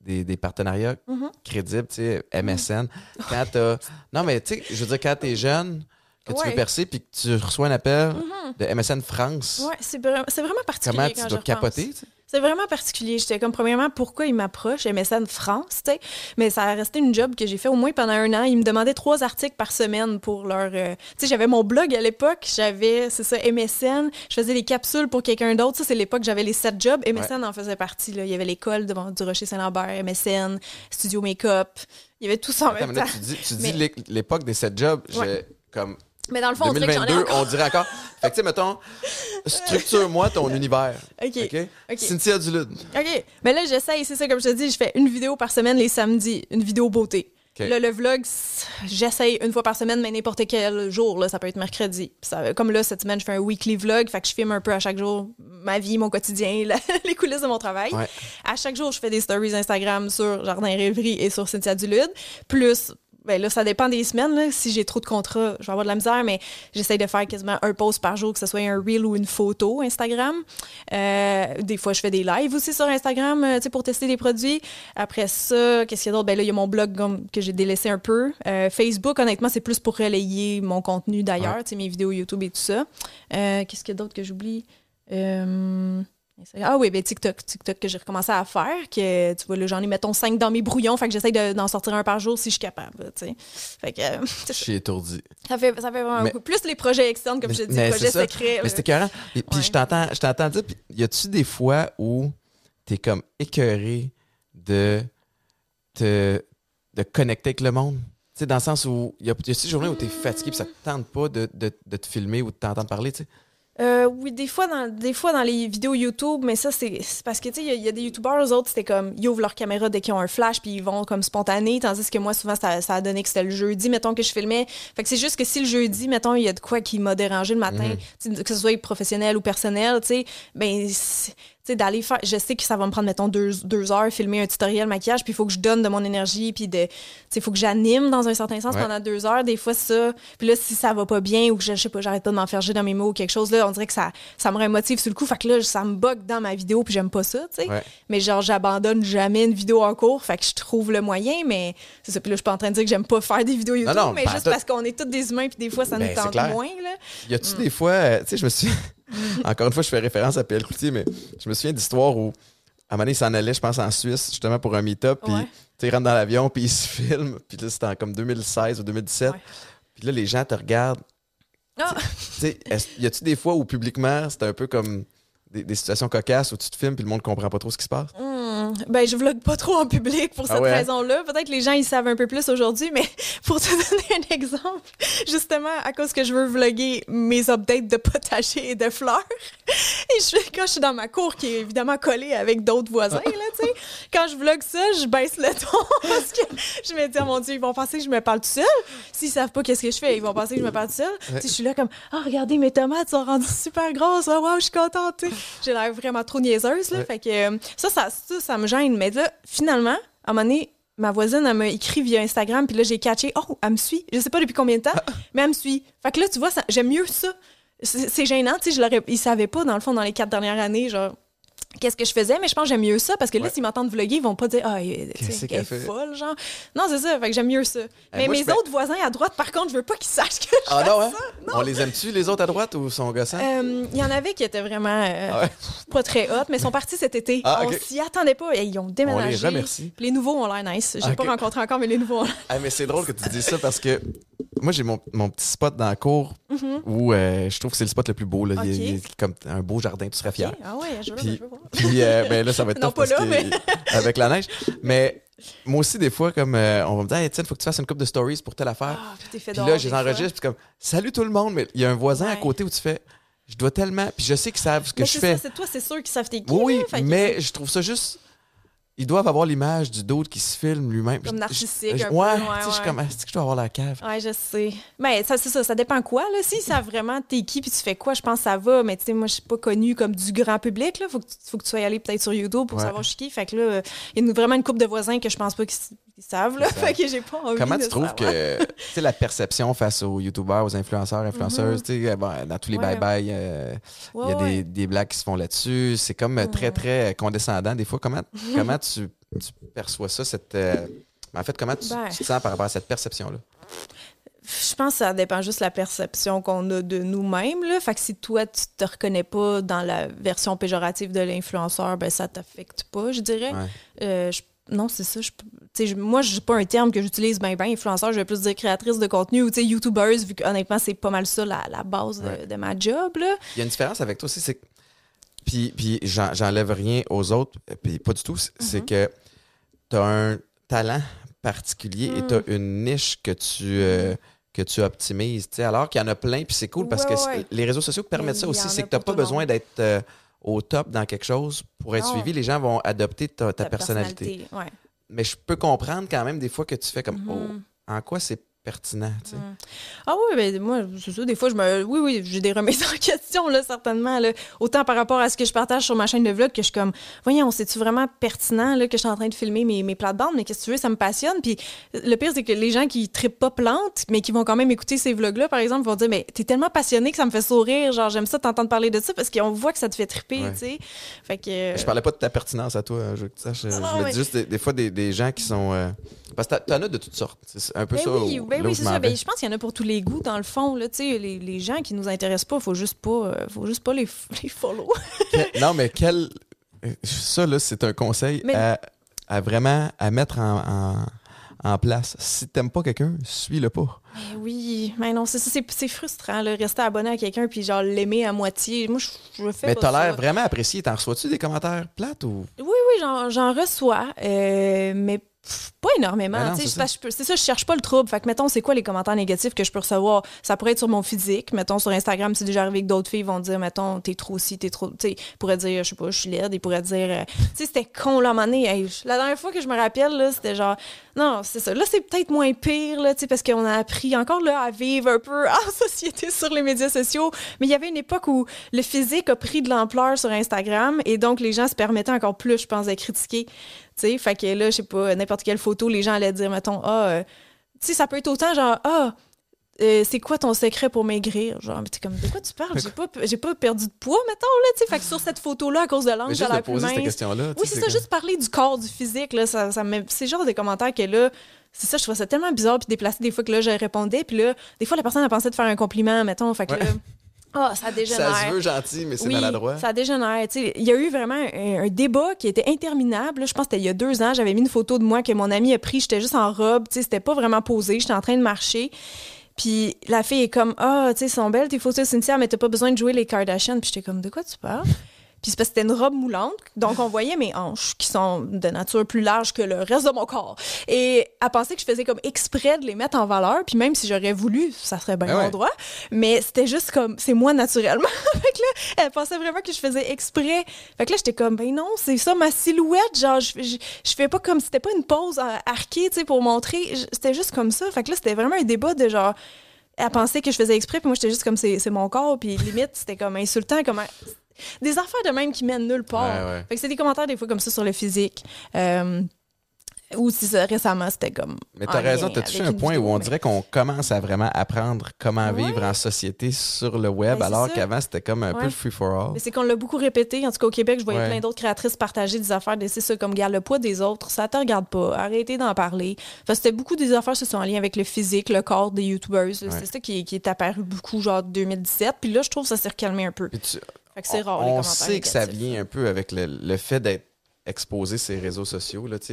des partenariats crédibles, tu sais, MSN. Quand t'as... Non, mais tu sais, je veux dire, quand t'es jeune, que tu veux percer puis que tu reçois un appel de MSN France. Ouais, c'est vraiment particulier. Comment tu dois capoter, tu sais? C'est vraiment particulier. J'étais comme, premièrement, pourquoi il m'approche MSN France, tu sais? Mais ça a resté une job que j'ai fait au moins pendant 1 an. Ils me demandaient 3 articles par semaine pour leur... Tu sais, j'avais mon blog à l'époque, j'avais, c'est ça, MSN. Je faisais des capsules pour quelqu'un d'autre. Ça, c'est l'époque, j'avais les 7 jobs. MSN en faisait partie, là. Il y avait l'école du Rocher-Saint-Lambert, MSN, Studio Make-up. Il y avait tout ça en même temps. Tu dis l'époque des 7 jobs, comme... Mais dans le fond, 2022, on dirait encore. Fait que, tu sais, mettons, structure-moi ton univers. OK. Cynthia Dulude. OK. Mais là, j'essaye, c'est ça, comme je te dis, je fais une vidéo par semaine les samedis, une vidéo beauté. Okay. Là, le vlog, j'essaye 1 fois par semaine, mais n'importe quel jour, là, ça peut être mercredi. Comme là, cette semaine, je fais un weekly vlog, fait que je filme un peu à chaque jour ma vie, mon quotidien, les coulisses de mon travail. Ouais. À chaque jour, je fais des stories Instagram sur Jardin Rêverie et sur Cynthia Dulude, plus... Ben là, ça dépend des semaines. Là. Si j'ai trop de contrats, je vais avoir de la misère, mais j'essaye de faire quasiment un post par jour, que ce soit un reel ou une photo Instagram. Des fois, je fais des lives aussi sur Instagram pour tester des produits. Après ça, qu'est-ce qu'il y a d'autre? Ben là, il y a mon blog que j'ai délaissé un peu. Facebook, honnêtement, c'est plus pour relayer mon contenu d'ailleurs, mes vidéos YouTube et tout ça. Qu'est-ce qu'il y a d'autre que j'oublie? Ah oui, ben TikTok que j'ai recommencé à faire, que tu vois, là, j'en ai, mettons, 5 dans mes brouillons, fait que j'essaye d'en sortir un par jour si je suis capable, tu sais. Fait que... je suis étourdi. Ça fait vraiment beaucoup. Plus les projets externes, comme je te dis, les projets secrets. Mais c'était carré. Puis je t'entends dire, puis y a-tu des fois où t'es comme écœuré de connecter avec le monde? Tu sais, dans le sens où y a-tu des journées où t'es fatigué puis ça te tente pas de te filmer ou de t'entendre parler, tu sais? Oui, des fois dans les vidéos YouTube, mais ça, c'est parce que, tu sais, il y a des YouTubeurs, eux autres, c'était comme, ils ouvrent leur caméra dès qu'ils ont un flash, puis ils vont comme spontanés, tandis que moi, souvent, ça a donné que c'était le jeudi, mettons, que je filmais. Fait que c'est juste que si le jeudi, mettons, il y a de quoi qui m'a dérangé le matin, que ce soit professionnel ou personnel, tu sais, ben, tu sais, d'aller faire... Je sais que ça va me prendre, mettons, 2 heures, filmer un tutoriel maquillage, puis il faut que je donne de mon énergie, puis tu sais, il faut que j'anime dans un certain sens pendant 2 heures. Des fois, ça... Puis là, si ça va pas bien ou que je sais pas, j'arrête pas de m'enferger dans mes mots ou quelque chose, là, on dirait que ça me remotive sur le coup. Fait que là, ça me bug dans ma vidéo, puis j'aime pas ça, tu sais. Ouais. Mais genre, j'abandonne jamais une vidéo en cours, fait que je trouve le moyen, mais c'est ça. Puis là, je suis pas en train de dire que j'aime pas faire des vidéos YouTube, mais juste parce qu'on est tous des humains, puis des fois, ça nous tente moins, là. Y a-tu des fois... Tu sais, je me suis... Encore une fois, je fais référence à PL Cloutier, mais je me souviens d'histoire où, à un moment donné, il s'en allait, je pense, en Suisse, justement, pour un meet-up, puis il rentre dans l'avion, puis il se filme, puis là, c'était en comme 2016 ou 2017, puis là, les gens te regardent. Tu sais, y a-tu des fois où, publiquement, c'était un peu comme des situations cocasses où tu te filmes, puis le monde comprend pas trop ce qui se passe? Ben, je vlog pas trop en public pour cette raison-là. Peut-être que les gens, ils savent un peu plus aujourd'hui, mais pour te donner un exemple, justement, à cause que je veux vlogger mes updates de potager et de fleurs, et quand je suis dans ma cour, qui est évidemment collée avec d'autres voisins, là, tu sais, quand je vlog ça, je baisse le ton parce que je me dis, oh mon Dieu, ils vont penser que je me parle tout seul. S'ils savent pas qu'est-ce que je fais, ils vont penser que je me parle tout seul. Tu sais, je suis là comme, regardez, mes tomates sont rendues super grosses. Oh, wow, je suis contente, tu sais. J'ai l'air vraiment trop niaiseuse, là. Fait que ça me gêne. Mais là, finalement, à un moment donné, ma voisine, elle m'a écrit via Instagram, puis là, j'ai catché. Oh, elle me suit. Je sais pas depuis combien de temps, mais elle me suit. Fait que là, tu vois, j'aime mieux ça. C'est gênant, tu sais, ils savaient pas, dans le fond, dans les 4 dernières années, genre, qu'est-ce que je faisais, mais je pense que j'aime mieux ça, parce que là, s'ils m'entendent vlogger, ils vont pas dire, qu'est-ce qu'elle est folle, genre. Non, c'est ça, fait que j'aime mieux ça. Mais mes autres voisins à droite, par contre, je veux pas qu'ils sachent que je fais ça. Non. On les aime-tu, les autres à droite, ou sont gossants? Il y en avait qui étaient vraiment pas très hot, mais ils sont partis cet été. On s'y attendait pas, ils ont déménagé. On les remercie. Les nouveaux ont l'air nice. J'ai pas rencontré encore, mais les nouveaux ont l'air. Mais c'est drôle que tu dises ça, parce que moi, j'ai mon petit spot dans la cour où je trouve que c'est le spot le plus beau. Là. Il y a comme un beau jardin, tu serais fier. Ah ouais, je veux voir. Puis là, ça va être tough parce que, avec la neige. Mais moi aussi, des fois, comme on va me dire, hey, Étienne, il faut que tu fasses une couple de stories pour telle affaire. Puis là, je les enregistre, puis comme, salut tout le monde, mais il y a un voisin à côté où tu fais, je dois tellement. Puis je sais qu'ils savent ce que je fais. C'est toi, c'est sûr qu'ils savent t'es qui. Oui, mais je trouve ça juste. Ils doivent avoir l'image du d'autre qui se filme lui-même. Comme narcissique, un peu. Je suis comme, est-ce que je dois avoir la cave? Ouais, je sais. Mais c'est ça, ça dépend quoi, là. S'ils savent vraiment t'es qui puis tu fais quoi, je pense que ça va. Mais tu sais, moi, je suis pas connue comme du grand public, là. Faut que tu sois allé peut-être sur YouTube pour savoir je suis qui. Fait que là, il y a vraiment une couple de voisins que je pense pas qu'ils ils savent, là. Fait que j'ai pas envie Comment de tu trouves que, tu sais, la perception face aux YouTubeurs, aux influenceurs, influenceuses, tu sais, dans tous les bye-bye, il y a des blagues qui se font là-dessus. C'est comme très, très condescendant des fois. Comment tu perçois ça, en fait, comment tu te sens par rapport à cette perception-là? Je pense que ça dépend juste de la perception qu'on a de nous-mêmes, là. Fait que si toi, tu te reconnais pas dans la version péjorative de l'influenceur, ben ça t'affecte pas, je dirais. Non, c'est ça. Moi, je n'ai pas un terme que j'utilise bien, influenceur. Je vais plus dire créatrice de contenu ou youtubeuse, vu qu'honnêtement, c'est pas mal ça la base de ma job. Là. Il y a une différence avec toi aussi, c'est que... Puis j'enlève rien aux autres, puis pas du tout. C'est que tu as un talent particulier et tu as une niche que tu optimises. Alors qu'il y en a plein, puis c'est cool parce que les réseaux sociaux permettent ça aussi. C'est que tu n'as pas besoin d'être au top dans quelque chose pour être suivi. Les gens vont adopter ta personnalité. Mais je peux comprendre quand même des fois que tu fais comme en quoi c'est pertinent, tu sais. Ah oui, mais moi, c'est ça, des fois, oui, j'ai des remises en question, là, certainement, là. Autant par rapport à ce que je partage sur ma chaîne de vlog que je suis comme, voyons, c'est-tu vraiment pertinent, là, que je suis en train de filmer mes plates-bandes, mais qu'est-ce que tu veux, ça me passionne. Puis le pire, c'est que les gens qui trippent pas plantes, mais qui vont quand même écouter ces vlogs-là, par exemple, vont dire, mais t'es tellement passionné que ça me fait sourire, genre, j'aime ça t'entendre parler de ça parce qu'on voit que ça te fait tripper, tu sais. Fait que... Je parlais pas de ta pertinence à toi, je veux que tu saches. Je voulais juste des fois des gens qui sont... Parce que t'en as de toutes sortes. C'est un peu ça. Oui, c'est ça. Je pense qu'il y en a pour tous les goûts, dans le fond. Là, les gens qui nous intéressent pas, faut juste pas les follow. Non, mais ça, là, c'est un conseil à vraiment à mettre en place. Si t'aimes pas quelqu'un, suis-le pas. Mais oui, mais non, c'est ça, c'est frustrant, là, rester abonné à quelqu'un puis genre l'aimer à moitié. Moi, je fais mais pas ça. Mais t'as l'air vraiment apprécié. T'en reçois-tu des commentaires plates ou? Oui, j'en reçois, mais pas énormément. Non, c'est ça, je cherche pas le trouble. Fait que, mettons, c'est quoi les commentaires négatifs que je peux recevoir? Ça pourrait être sur mon physique. Mettons, sur Instagram, c'est déjà arrivé que d'autres filles vont dire, mettons, t'es trop ci, t'es trop... Tu sais, ils pourraient dire, je sais pas, je suis laide. Ils pourraient dire... tu sais, c'était con, là, à un moment donné. La dernière fois que je me rappelle, là, c'était genre... Non, c'est ça. Là, c'est peut-être moins pire, là, tu sais, parce qu'on a appris encore, là, à vivre un peu en société sur les médias sociaux. Mais il y avait une époque où le physique a pris de l'ampleur sur Instagram et donc les gens se permettaient encore plus, je pense, de critiquer. Tu sais, fait que là, je sais pas, n'importe quelle photo, les gens allaient dire, mettons, tu sais, ça peut être autant genre, c'est quoi ton secret pour maigrir? Genre, mais t'es comme, de quoi tu parles? J'ai pas perdu de poids, mettons, là, tu sais. Fait que sur cette photo-là, à cause de l'angle, j'ai l'air plus mince. Cette question-là, oui, c'est ça, juste parler du corps, du physique, là, c'est genre des commentaires que là, c'est ça, je trouvais ça tellement bizarre puis déplacé des fois que là, je répondais, puis là, des fois, la personne a pensé de faire un compliment, mettons, fait que là... ça dégénère. Ça se veut gentil, mais c'est maladroit. Ça dégénère. Il y a eu vraiment un débat qui était interminable. Là, je pense que c'était il y a 2 ans. J'avais mis une photo de moi que mon ami a pris. J'étais juste en robe. C'était pas vraiment posé. J'étais en train de marcher. Puis la fille est comme, tu sais, sont belles tes photos, Cynthia, mais t'as pas besoin de jouer les Kardashians. Puis j'étais comme, de quoi tu parles? Puis c'est parce que c'était une robe moulante, donc on voyait mes hanches qui sont de nature plus large que le reste de mon corps. Et elle pensait que je faisais comme exprès de les mettre en valeur, puis même si j'aurais voulu, ça serait bien mon droit, mais c'était juste comme, c'est moi naturellement. Fait que là, elle pensait vraiment que je faisais exprès. Fait que là, j'étais comme, ben non, c'est ça ma silhouette, genre, je fais pas comme, c'était pas une pose arquée, tu sais, pour montrer, c'était juste comme ça. Fait que là, c'était vraiment un débat de genre, elle pensait que je faisais exprès, puis moi, j'étais juste comme, c'est mon corps, puis limite, c'était comme insultant, comme... Des affaires de même qui mènent nulle part. Fait que c'est des commentaires des fois comme ça sur le physique. Ou si ça, récemment, c'était comme... Mais t'as raison, t'as touché un point où on dirait qu'on commence à vraiment apprendre comment vivre en société sur le web, alors qu'avant, c'était comme un peu le free-for-all. Mais c'est qu'on l'a beaucoup répété. En tout cas, au Québec, je voyais plein d'autres créatrices partager des affaires de c'est ça, comme garde le poids des autres, ça te regarde pas, arrêtez d'en parler. Enfin, c'était beaucoup des affaires qui sont en lien avec le physique, le corps des YouTubers. C'est ça qui est apparu beaucoup, genre 2017. Puis là, je trouve que ça s'est recalmé un peu. Fait que c'est rare, les commentaires négatifs. On sait que ça vient un peu avec le fait d'être exposé ces réseaux sociaux. Là,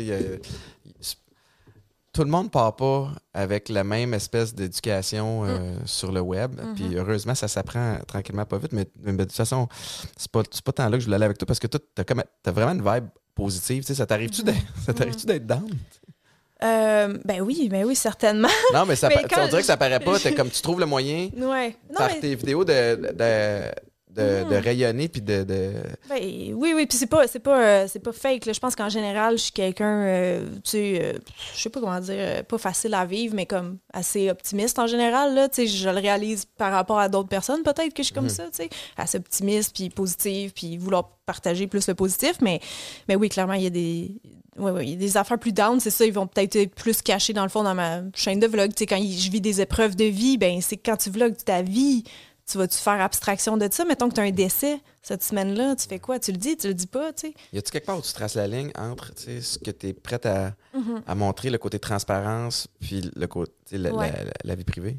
tout le monde part pas avec la même espèce d'éducation sur le web. Puis heureusement, ça s'apprend tranquillement pas vite. Mais de toute façon, c'est pas tant là que je voulais aller avec toi parce que toi, t'as vraiment une vibe positive. Ça t'arrive-tu d'être down? Ben oui, certainement. Non, mais on dirait que ça paraît pas. T'es comme tu trouves le moyen par tes vidéos de de rayonner puis de... Ben, oui, puis c'est pas fake. Là. Je pense qu'en général, je suis quelqu'un, je sais pas comment dire, pas facile à vivre, mais comme assez optimiste en général. Là, je le réalise par rapport à d'autres personnes, peut-être que je suis comme ça, assez optimiste, puis positive, puis vouloir partager plus le positif. Mais oui, clairement, il y a des affaires plus down, c'est ça, ils vont peut-être être plus cachés dans le fond dans ma chaîne de vlog. Quand je vis des épreuves de vie, ben c'est quand tu vlogs ta vie. Tu vas-tu faire abstraction de ça? Mettons que tu as un décès cette semaine-là, tu fais quoi? Tu le dis pas, tu sais? Y a-tu quelque part où tu traces la ligne entre ce que tu es prête à montrer, le côté transparence, puis le côté la vie privée?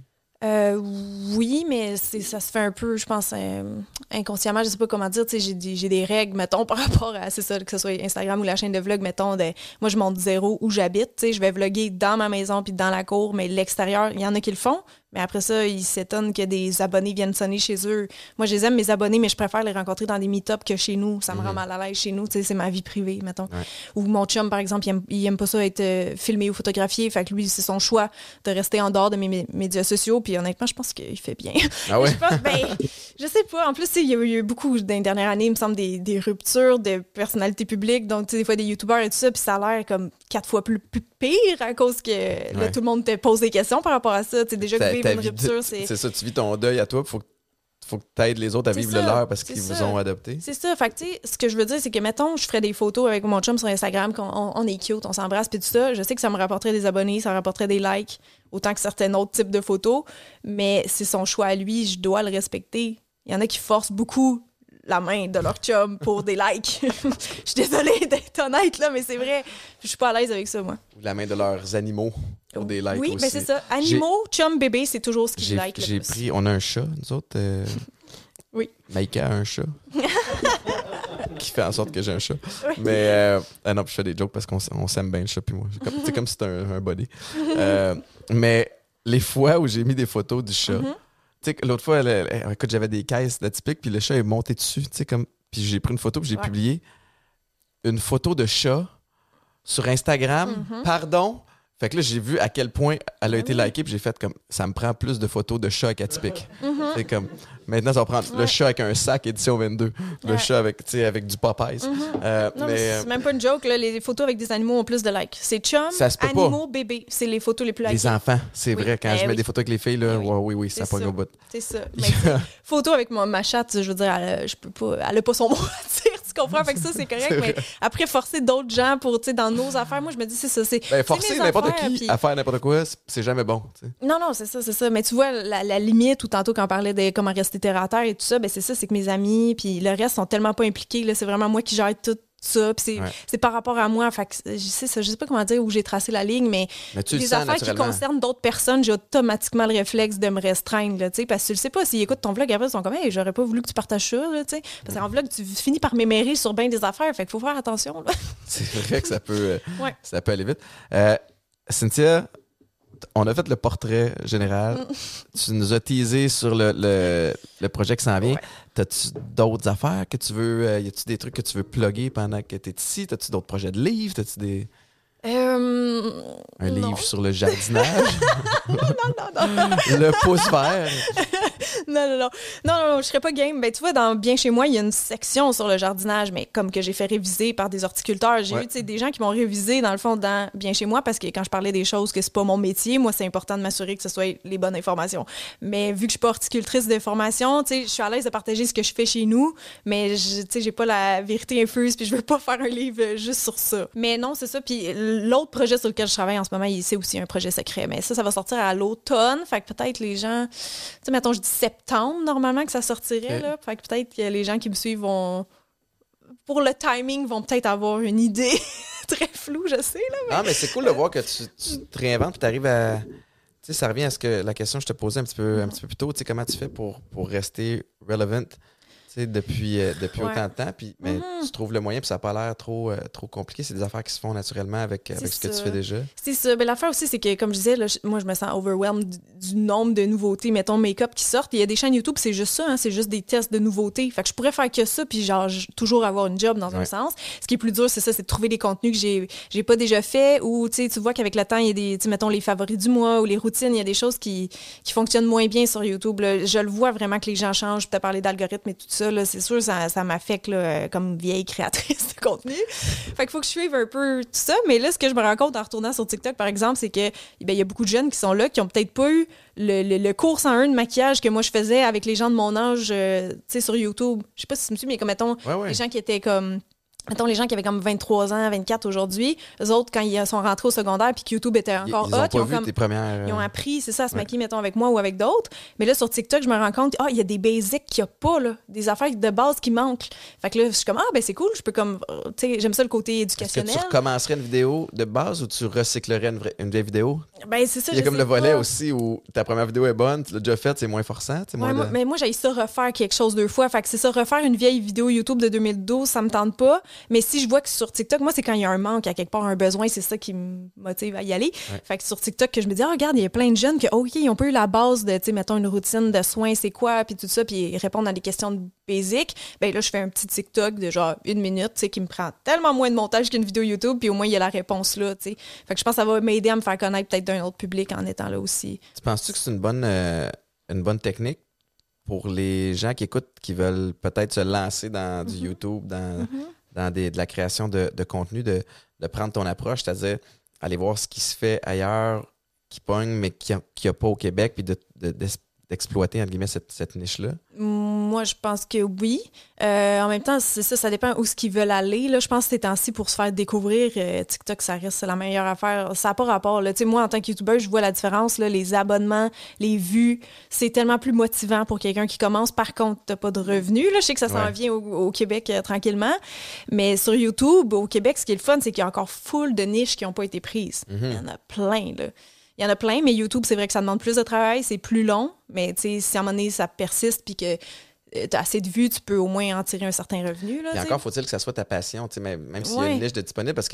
Oui, mais ça se fait un peu, je pense, inconsciemment, je sais pas comment dire, tu sais, j'ai des règles, mettons, par rapport à, c'est ça, que ce soit Instagram ou la chaîne de vlog, mettons, moi, je monte 0 où j'habite, tu sais, je vais vlogger dans ma maison puis dans la cour, mais l'extérieur, il y en a qui le font, mais après ça, ils s'étonnent que des abonnés viennent sonner chez eux. Moi, je les aime, mes abonnés, mais je préfère les rencontrer dans des meet-ups que chez nous. Ça me rend mal à l'aise chez nous. Tu sais, c'est ma vie privée, mettons. Ouais. Ou mon chum, par exemple, il aime pas ça être filmé ou photographié. Fait que lui, c'est son choix de rester en dehors de mes médias sociaux. Puis honnêtement, je pense qu'il fait bien. Ah ouais? Je sais pas. En plus, il y a eu beaucoup, dans les dernières années, il me semble, des ruptures de personnalités publiques. Donc, tu sais, des fois, des youtubeurs et tout ça. Puis ça a l'air comme 4 fois plus pire à cause que là, tout le monde te pose des questions par rapport à ça. Tu sais, déjà que vivre une rupture, c'est ça, tu vis ton deuil à toi, faut que tu aides les autres à vivre le leur parce qu'ils vous ont adopté. C'est ça. Fait que, tu sais, ce que je veux dire, c'est que, mettons, je ferais des photos avec mon chum sur Instagram, on est cute, on s'embrasse, puis tout ça. Je sais que ça me rapporterait des abonnés, ça me rapporterait des likes, autant que certains autres types de photos, mais c'est son choix à lui, je dois le respecter. Il y en a qui forcent beaucoup la main de leur chum pour des likes. Je suis désolée d'être honnête, là, mais c'est vrai. Je suis pas à l'aise avec ça, moi. Ou la main de leurs animaux pour des likes aussi. Oui, ben c'est ça. Animaux, chum, bébé, c'est toujours ce qu'ils like le plus. On a un chat, nous autres. Oui. Maïka a un chat. Qui fait en sorte que j'ai un chat. Oui. Mais non, je fais des jokes parce qu'on s'aime bien, le chat puis moi. C'est comme si c'était un body. Mais les fois où j'ai mis des photos du chat, tu sais, l'autre fois, écoute, j'avais des caisses d'atypiques, puis le chat est monté dessus, tu sais, comme... Puis j'ai pris une photo, puis j'ai publié une photo de chat sur Instagram. Pardon? Fait que là, j'ai vu à quel point elle a été likée, puis j'ai fait comme... Ça me prend plus de photos de chat avec atypique. C'est comme... Maintenant, ça va prendre le chat avec un sac édition 22. Le chat avec du Popeyes. Non, mais c'est même pas une joke, là. Les photos avec des animaux ont plus de likes. C'est chum, animaux, bébé. C'est les photos les plus likées. Les enfants, c'est vrai. Quand je mets des photos avec les filles, là, oui, ça pogne au bout. C'est ça. Mais photo avec ma chatte, je veux dire, elle a pas son mot à dire. Tu comprends? Fait que ça, c'est correct. Mais après, forcer d'autres gens pour, tu sais, dans nos affaires, moi, je me dis, c'est ça. Forcer n'importe qui à faire n'importe quoi, c'est jamais bon. T'sais. Non, c'est ça. Mais tu vois, la limite, ou tantôt quand on parlait de comment rester terre à terre et tout ça, ben c'est ça, c'est que mes amis, puis le reste sont tellement pas impliqués. Là, c'est vraiment moi qui gère tout ça. Puis c'est par rapport à moi. Fait que je sais pas comment dire où j'ai tracé la ligne, mais les affaires qui concernent d'autres personnes, j'ai automatiquement le réflexe de me restreindre. Là, parce que tu le sais pas, s'ils écoutent ton vlog après, ils sont comme hey, j'aurais pas voulu que tu partages ça. Là, parce qu'en vlog, tu finis par m'émérer sur bien des affaires. Fait qu'il faut faire attention. Là. C'est vrai que ça peut aller vite. Cynthia, on a fait le portrait général. Tu nous as teasé sur le projet qui s'en vient. Ouais. T'as-tu d'autres affaires que tu veux... y a-tu des trucs que tu veux plugger pendant que t'es ici? T'as-tu d'autres projets de livres? T'as-tu des... Un livre sur le jardinage? non. Le pouce vert? Non, je serais pas game. Ben, tu vois, dans Bien chez moi, il y a une section sur le jardinage, mais comme que j'ai fait réviser par des horticulteurs. J'ai eu des gens qui m'ont révisé, dans le fond, dans Bien chez moi, parce que quand je parlais des choses que c'est pas mon métier, moi, c'est important de m'assurer que ce soit les bonnes informations. Mais vu que je suis pas horticultrice de formation, tu sais, je suis à l'aise de partager ce que je fais chez nous, mais tu sais, j'ai pas la vérité infuse, puis je veux pas faire un livre juste sur ça. Mais non, c'est ça. Puis l'autre projet sur lequel je travaille en ce moment, c'est aussi un projet secret. Mais ça va sortir à l'automne. Fait que peut-être les gens... Tu sais, mettons, je dis septembre, normalement, que ça sortirait. Là. Fait que peut-être que les gens qui me suivent vont... Pour le timing, vont peut-être avoir une idée très floue, je sais. Là, mais c'est cool de voir que tu te réinventes et tu arrives à... Tu sais, ça revient à la question que je te posais un petit peu plus tôt. Tu sais, comment tu fais pour rester relevant? Depuis autant de temps, puis mais tu trouves le moyen, puis ça n'a pas l'air trop compliqué. C'est des affaires qui se font naturellement avec ce que tu fais déjà. C'est ça. Mais l'affaire aussi, c'est que, comme je disais, là, moi, je me sens overwhelmed du nombre de nouveautés, mettons, make-up qui sortent. Il y a des chaînes YouTube, c'est juste ça, c'est juste des tests de nouveautés. Fait que je pourrais faire que ça, puis genre, toujours avoir une job dans un sens. Ce qui est plus dur, c'est ça, c'est de trouver des contenus que j'ai pas déjà fait, ou tu vois qu'avec le temps, il y a des, mettons, les favoris du mois ou les routines, il y a des choses qui fonctionnent moins bien sur YouTube. Là. Je le vois vraiment que les gens changent, tu as parlé d'algorithmes et tout ça. ça, là, c'est sûr, ça m'affecte là, comme vieille créatrice de contenu. Fait qu'il faut que je suive un peu tout ça. Mais là, ce que je me rends compte en retournant sur TikTok, par exemple, c'est que il y a beaucoup de jeunes qui sont là, qui ont peut-être pas eu le cours 101 de maquillage que moi je faisais avec les gens de mon âge, tu sais, sur YouTube. Je sais pas si tu me suis, mais comme, mettons, les gens qui étaient comme... Mettons, les gens qui avaient comme 23 ans, 24 aujourd'hui, eux autres, quand ils sont rentrés au secondaire puis que YouTube était encore ils ont appris, c'est ça, à se maquiller, mettons, avec moi ou avec d'autres. Mais là, sur TikTok, je me rends compte, il y a des basics qu'il n'y a pas, là, des affaires de base qui manquent. Fait que là, je suis comme, ben c'est cool, je peux comme, tu sais, j'aime ça le côté éducationnel. Est-ce que tu recommencerais une vidéo de base ou tu recyclerais une vieille vidéo? Ben, c'est ça, il y a comme le volet aussi où ta première vidéo est bonne, tu l'as déjà faite, c'est moins forçant. Mais moi, j'ai ça refaire quelque chose 2 fois. Fait que c'est ça, refaire une vieille vidéo YouTube de 2012, ça me tente pas. Mais si je vois que sur TikTok, moi, c'est quand il y a un manque, à quelque part, un besoin, c'est ça qui me motive à y aller. Ouais. Fait que sur TikTok, que je me dis, regarde, il y a plein de jeunes qui, OK, ils ont pas eu la base de, tu sais, mettons, une routine de soins, c'est quoi, puis tout ça, puis ils répondent à des questions basiques. Ben là, je fais un petit TikTok de genre 1 minute, tu sais, qui me prend tellement moins de montage qu'une vidéo YouTube, puis au moins, il y a la réponse là, tu sais. Fait que je pense que ça va m'aider à me faire connaître peut-être d'un autre public en étant là aussi. Tu penses-tu que c'est une bonne technique pour les gens qui écoutent, qui veulent peut-être se lancer dans du YouTube, dans de la création de contenu, de prendre ton approche, c'est-à-dire aller voir ce qui se fait ailleurs, qui pogne, mais qui n'y a pas au Québec, puis d'exploiter, entre guillemets, cette niche-là? Moi, je pense que oui. En même temps, c'est ça dépend où ce qu'ils veulent aller. Là, je pense que ces temps-ci, pour se faire découvrir, TikTok, ça reste la meilleure affaire. Ça n'a pas rapport. Là. Moi, en tant que YouTuber, je vois la différence. Là, les abonnements, les vues, c'est tellement plus motivant pour quelqu'un qui commence. Par contre, tu n'as pas de revenus. Là. Je sais que ça s'en vient au Québec tranquillement. Mais sur YouTube, au Québec, ce qui est le fun, c'est qu'il y a encore full de niches qui n'ont pas été prises. Il y en a plein, là. Il y en a plein, mais YouTube, c'est vrai que ça demande plus de travail, c'est plus long, mais si à un moment donné, ça persiste puis que tu as assez de vues, tu peux au moins en tirer un certain revenu. Là, et encore, faut-il que ça soit ta passion, même s'il y a une niche de disponible, parce que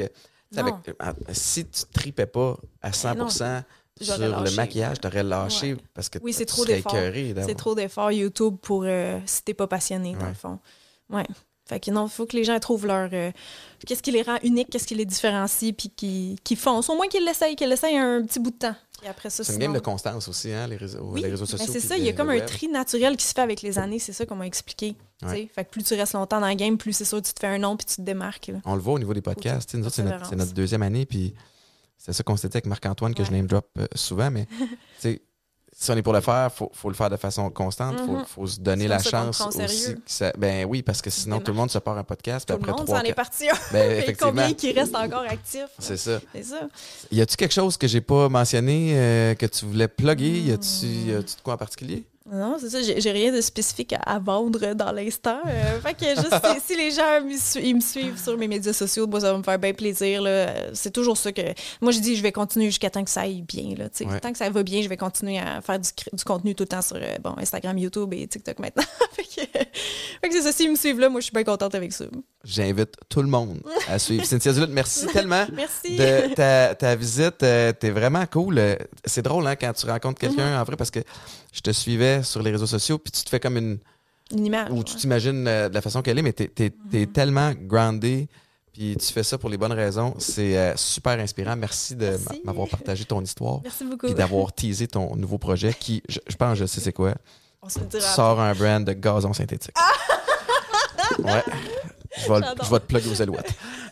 si tu ne tripais pas à 100% sur le maquillage, tu aurais lâché parce que c'est tu trop serais d'efforts. écœuré. C'est trop d'efforts YouTube pour si t'es pas passionné, dans le fond. Ouais. Fait que non, il faut que les gens trouvent leur... qu'est-ce qui les rend uniques, qu'est-ce qui les différencie, puis qui foncent. Au moins qu'ils l'essayent un petit bout de temps. Puis après ça, c'est une game de constance aussi, hein, les réseaux sociaux. C'est ça, il y a comme un tri naturel qui se fait avec les années, c'est ça qu'on m'a expliqué. Fait que plus tu restes longtemps dans le game, plus c'est sûr que tu te fais un nom puis tu te démarques. Là. On le voit au niveau des podcasts. Nous autres, c'est notre 2e année, puis c'est ça qu'on s'était dit avec Marc-Antoine, que je name drop souvent, mais si on est pour le faire, faut le faire de façon constante. Faut se donner la chance aussi. Ben oui, parce que sinon, tout le monde se part un podcast. Tout le monde s'en est parti. Effectivement. Combien qui reste encore actif? C'est ça. Y a-tu quelque chose que j'ai pas mentionné que tu voulais plugger? Y a-tu de quoi en particulier? Non, c'est ça. J'ai rien de spécifique à vendre dans l'instant. Fait que juste si les gens ils me suivent sur mes médias sociaux, moi, ça va me faire bien plaisir. Là. C'est toujours ça que... Moi, je dis je vais continuer jusqu'à temps que ça aille bien. Là, tant que ça va bien, je vais continuer à faire du contenu tout le temps sur Instagram, YouTube et TikTok maintenant. fait que c'est ça. S'ils me suivent là, moi, je suis bien contente avec ça. J'invite tout le monde à suivre. Cynthia Duluth, merci tellement merci. de ta visite. T'es vraiment cool. C'est drôle quand tu rencontres quelqu'un en vrai, parce que je te suivais sur les réseaux sociaux, puis tu te fais comme une image. Ou tu t'imagines de la façon qu'elle est, mais t'es tellement groundé, puis tu fais ça pour les bonnes raisons. C'est super inspirant. Merci de m'avoir partagé ton histoire. Merci beaucoup. Puis d'avoir teasé ton nouveau projet qui, je pense, je sais c'est quoi. On se le dira. Tu sors un brand de gazon synthétique. Ouais. Je vais te plugger aux alouettes.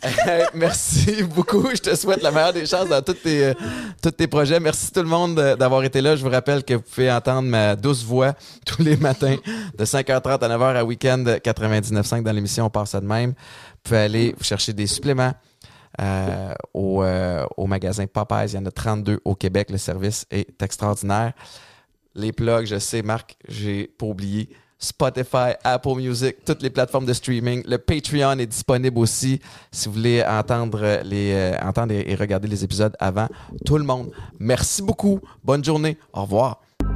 Merci beaucoup. Je te souhaite la meilleure des chances dans tous tes projets. Merci tout le monde d'avoir été là. Je vous rappelle que vous pouvez entendre ma douce voix tous les matins de 5h30 à 9h à Week-end 99.5 dans l'émission On passe ça de même. Vous pouvez aller vous chercher des suppléments au magasin Popeyes. Il y en a 32 au Québec. Le service est extraordinaire. Les plugs, je sais, Marc, j'ai pas oublié. Spotify, Apple Music, toutes les plateformes de streaming. Le Patreon est disponible aussi si vous voulez entendre et regarder les épisodes avant tout le monde. Merci beaucoup. Bonne journée. Au revoir.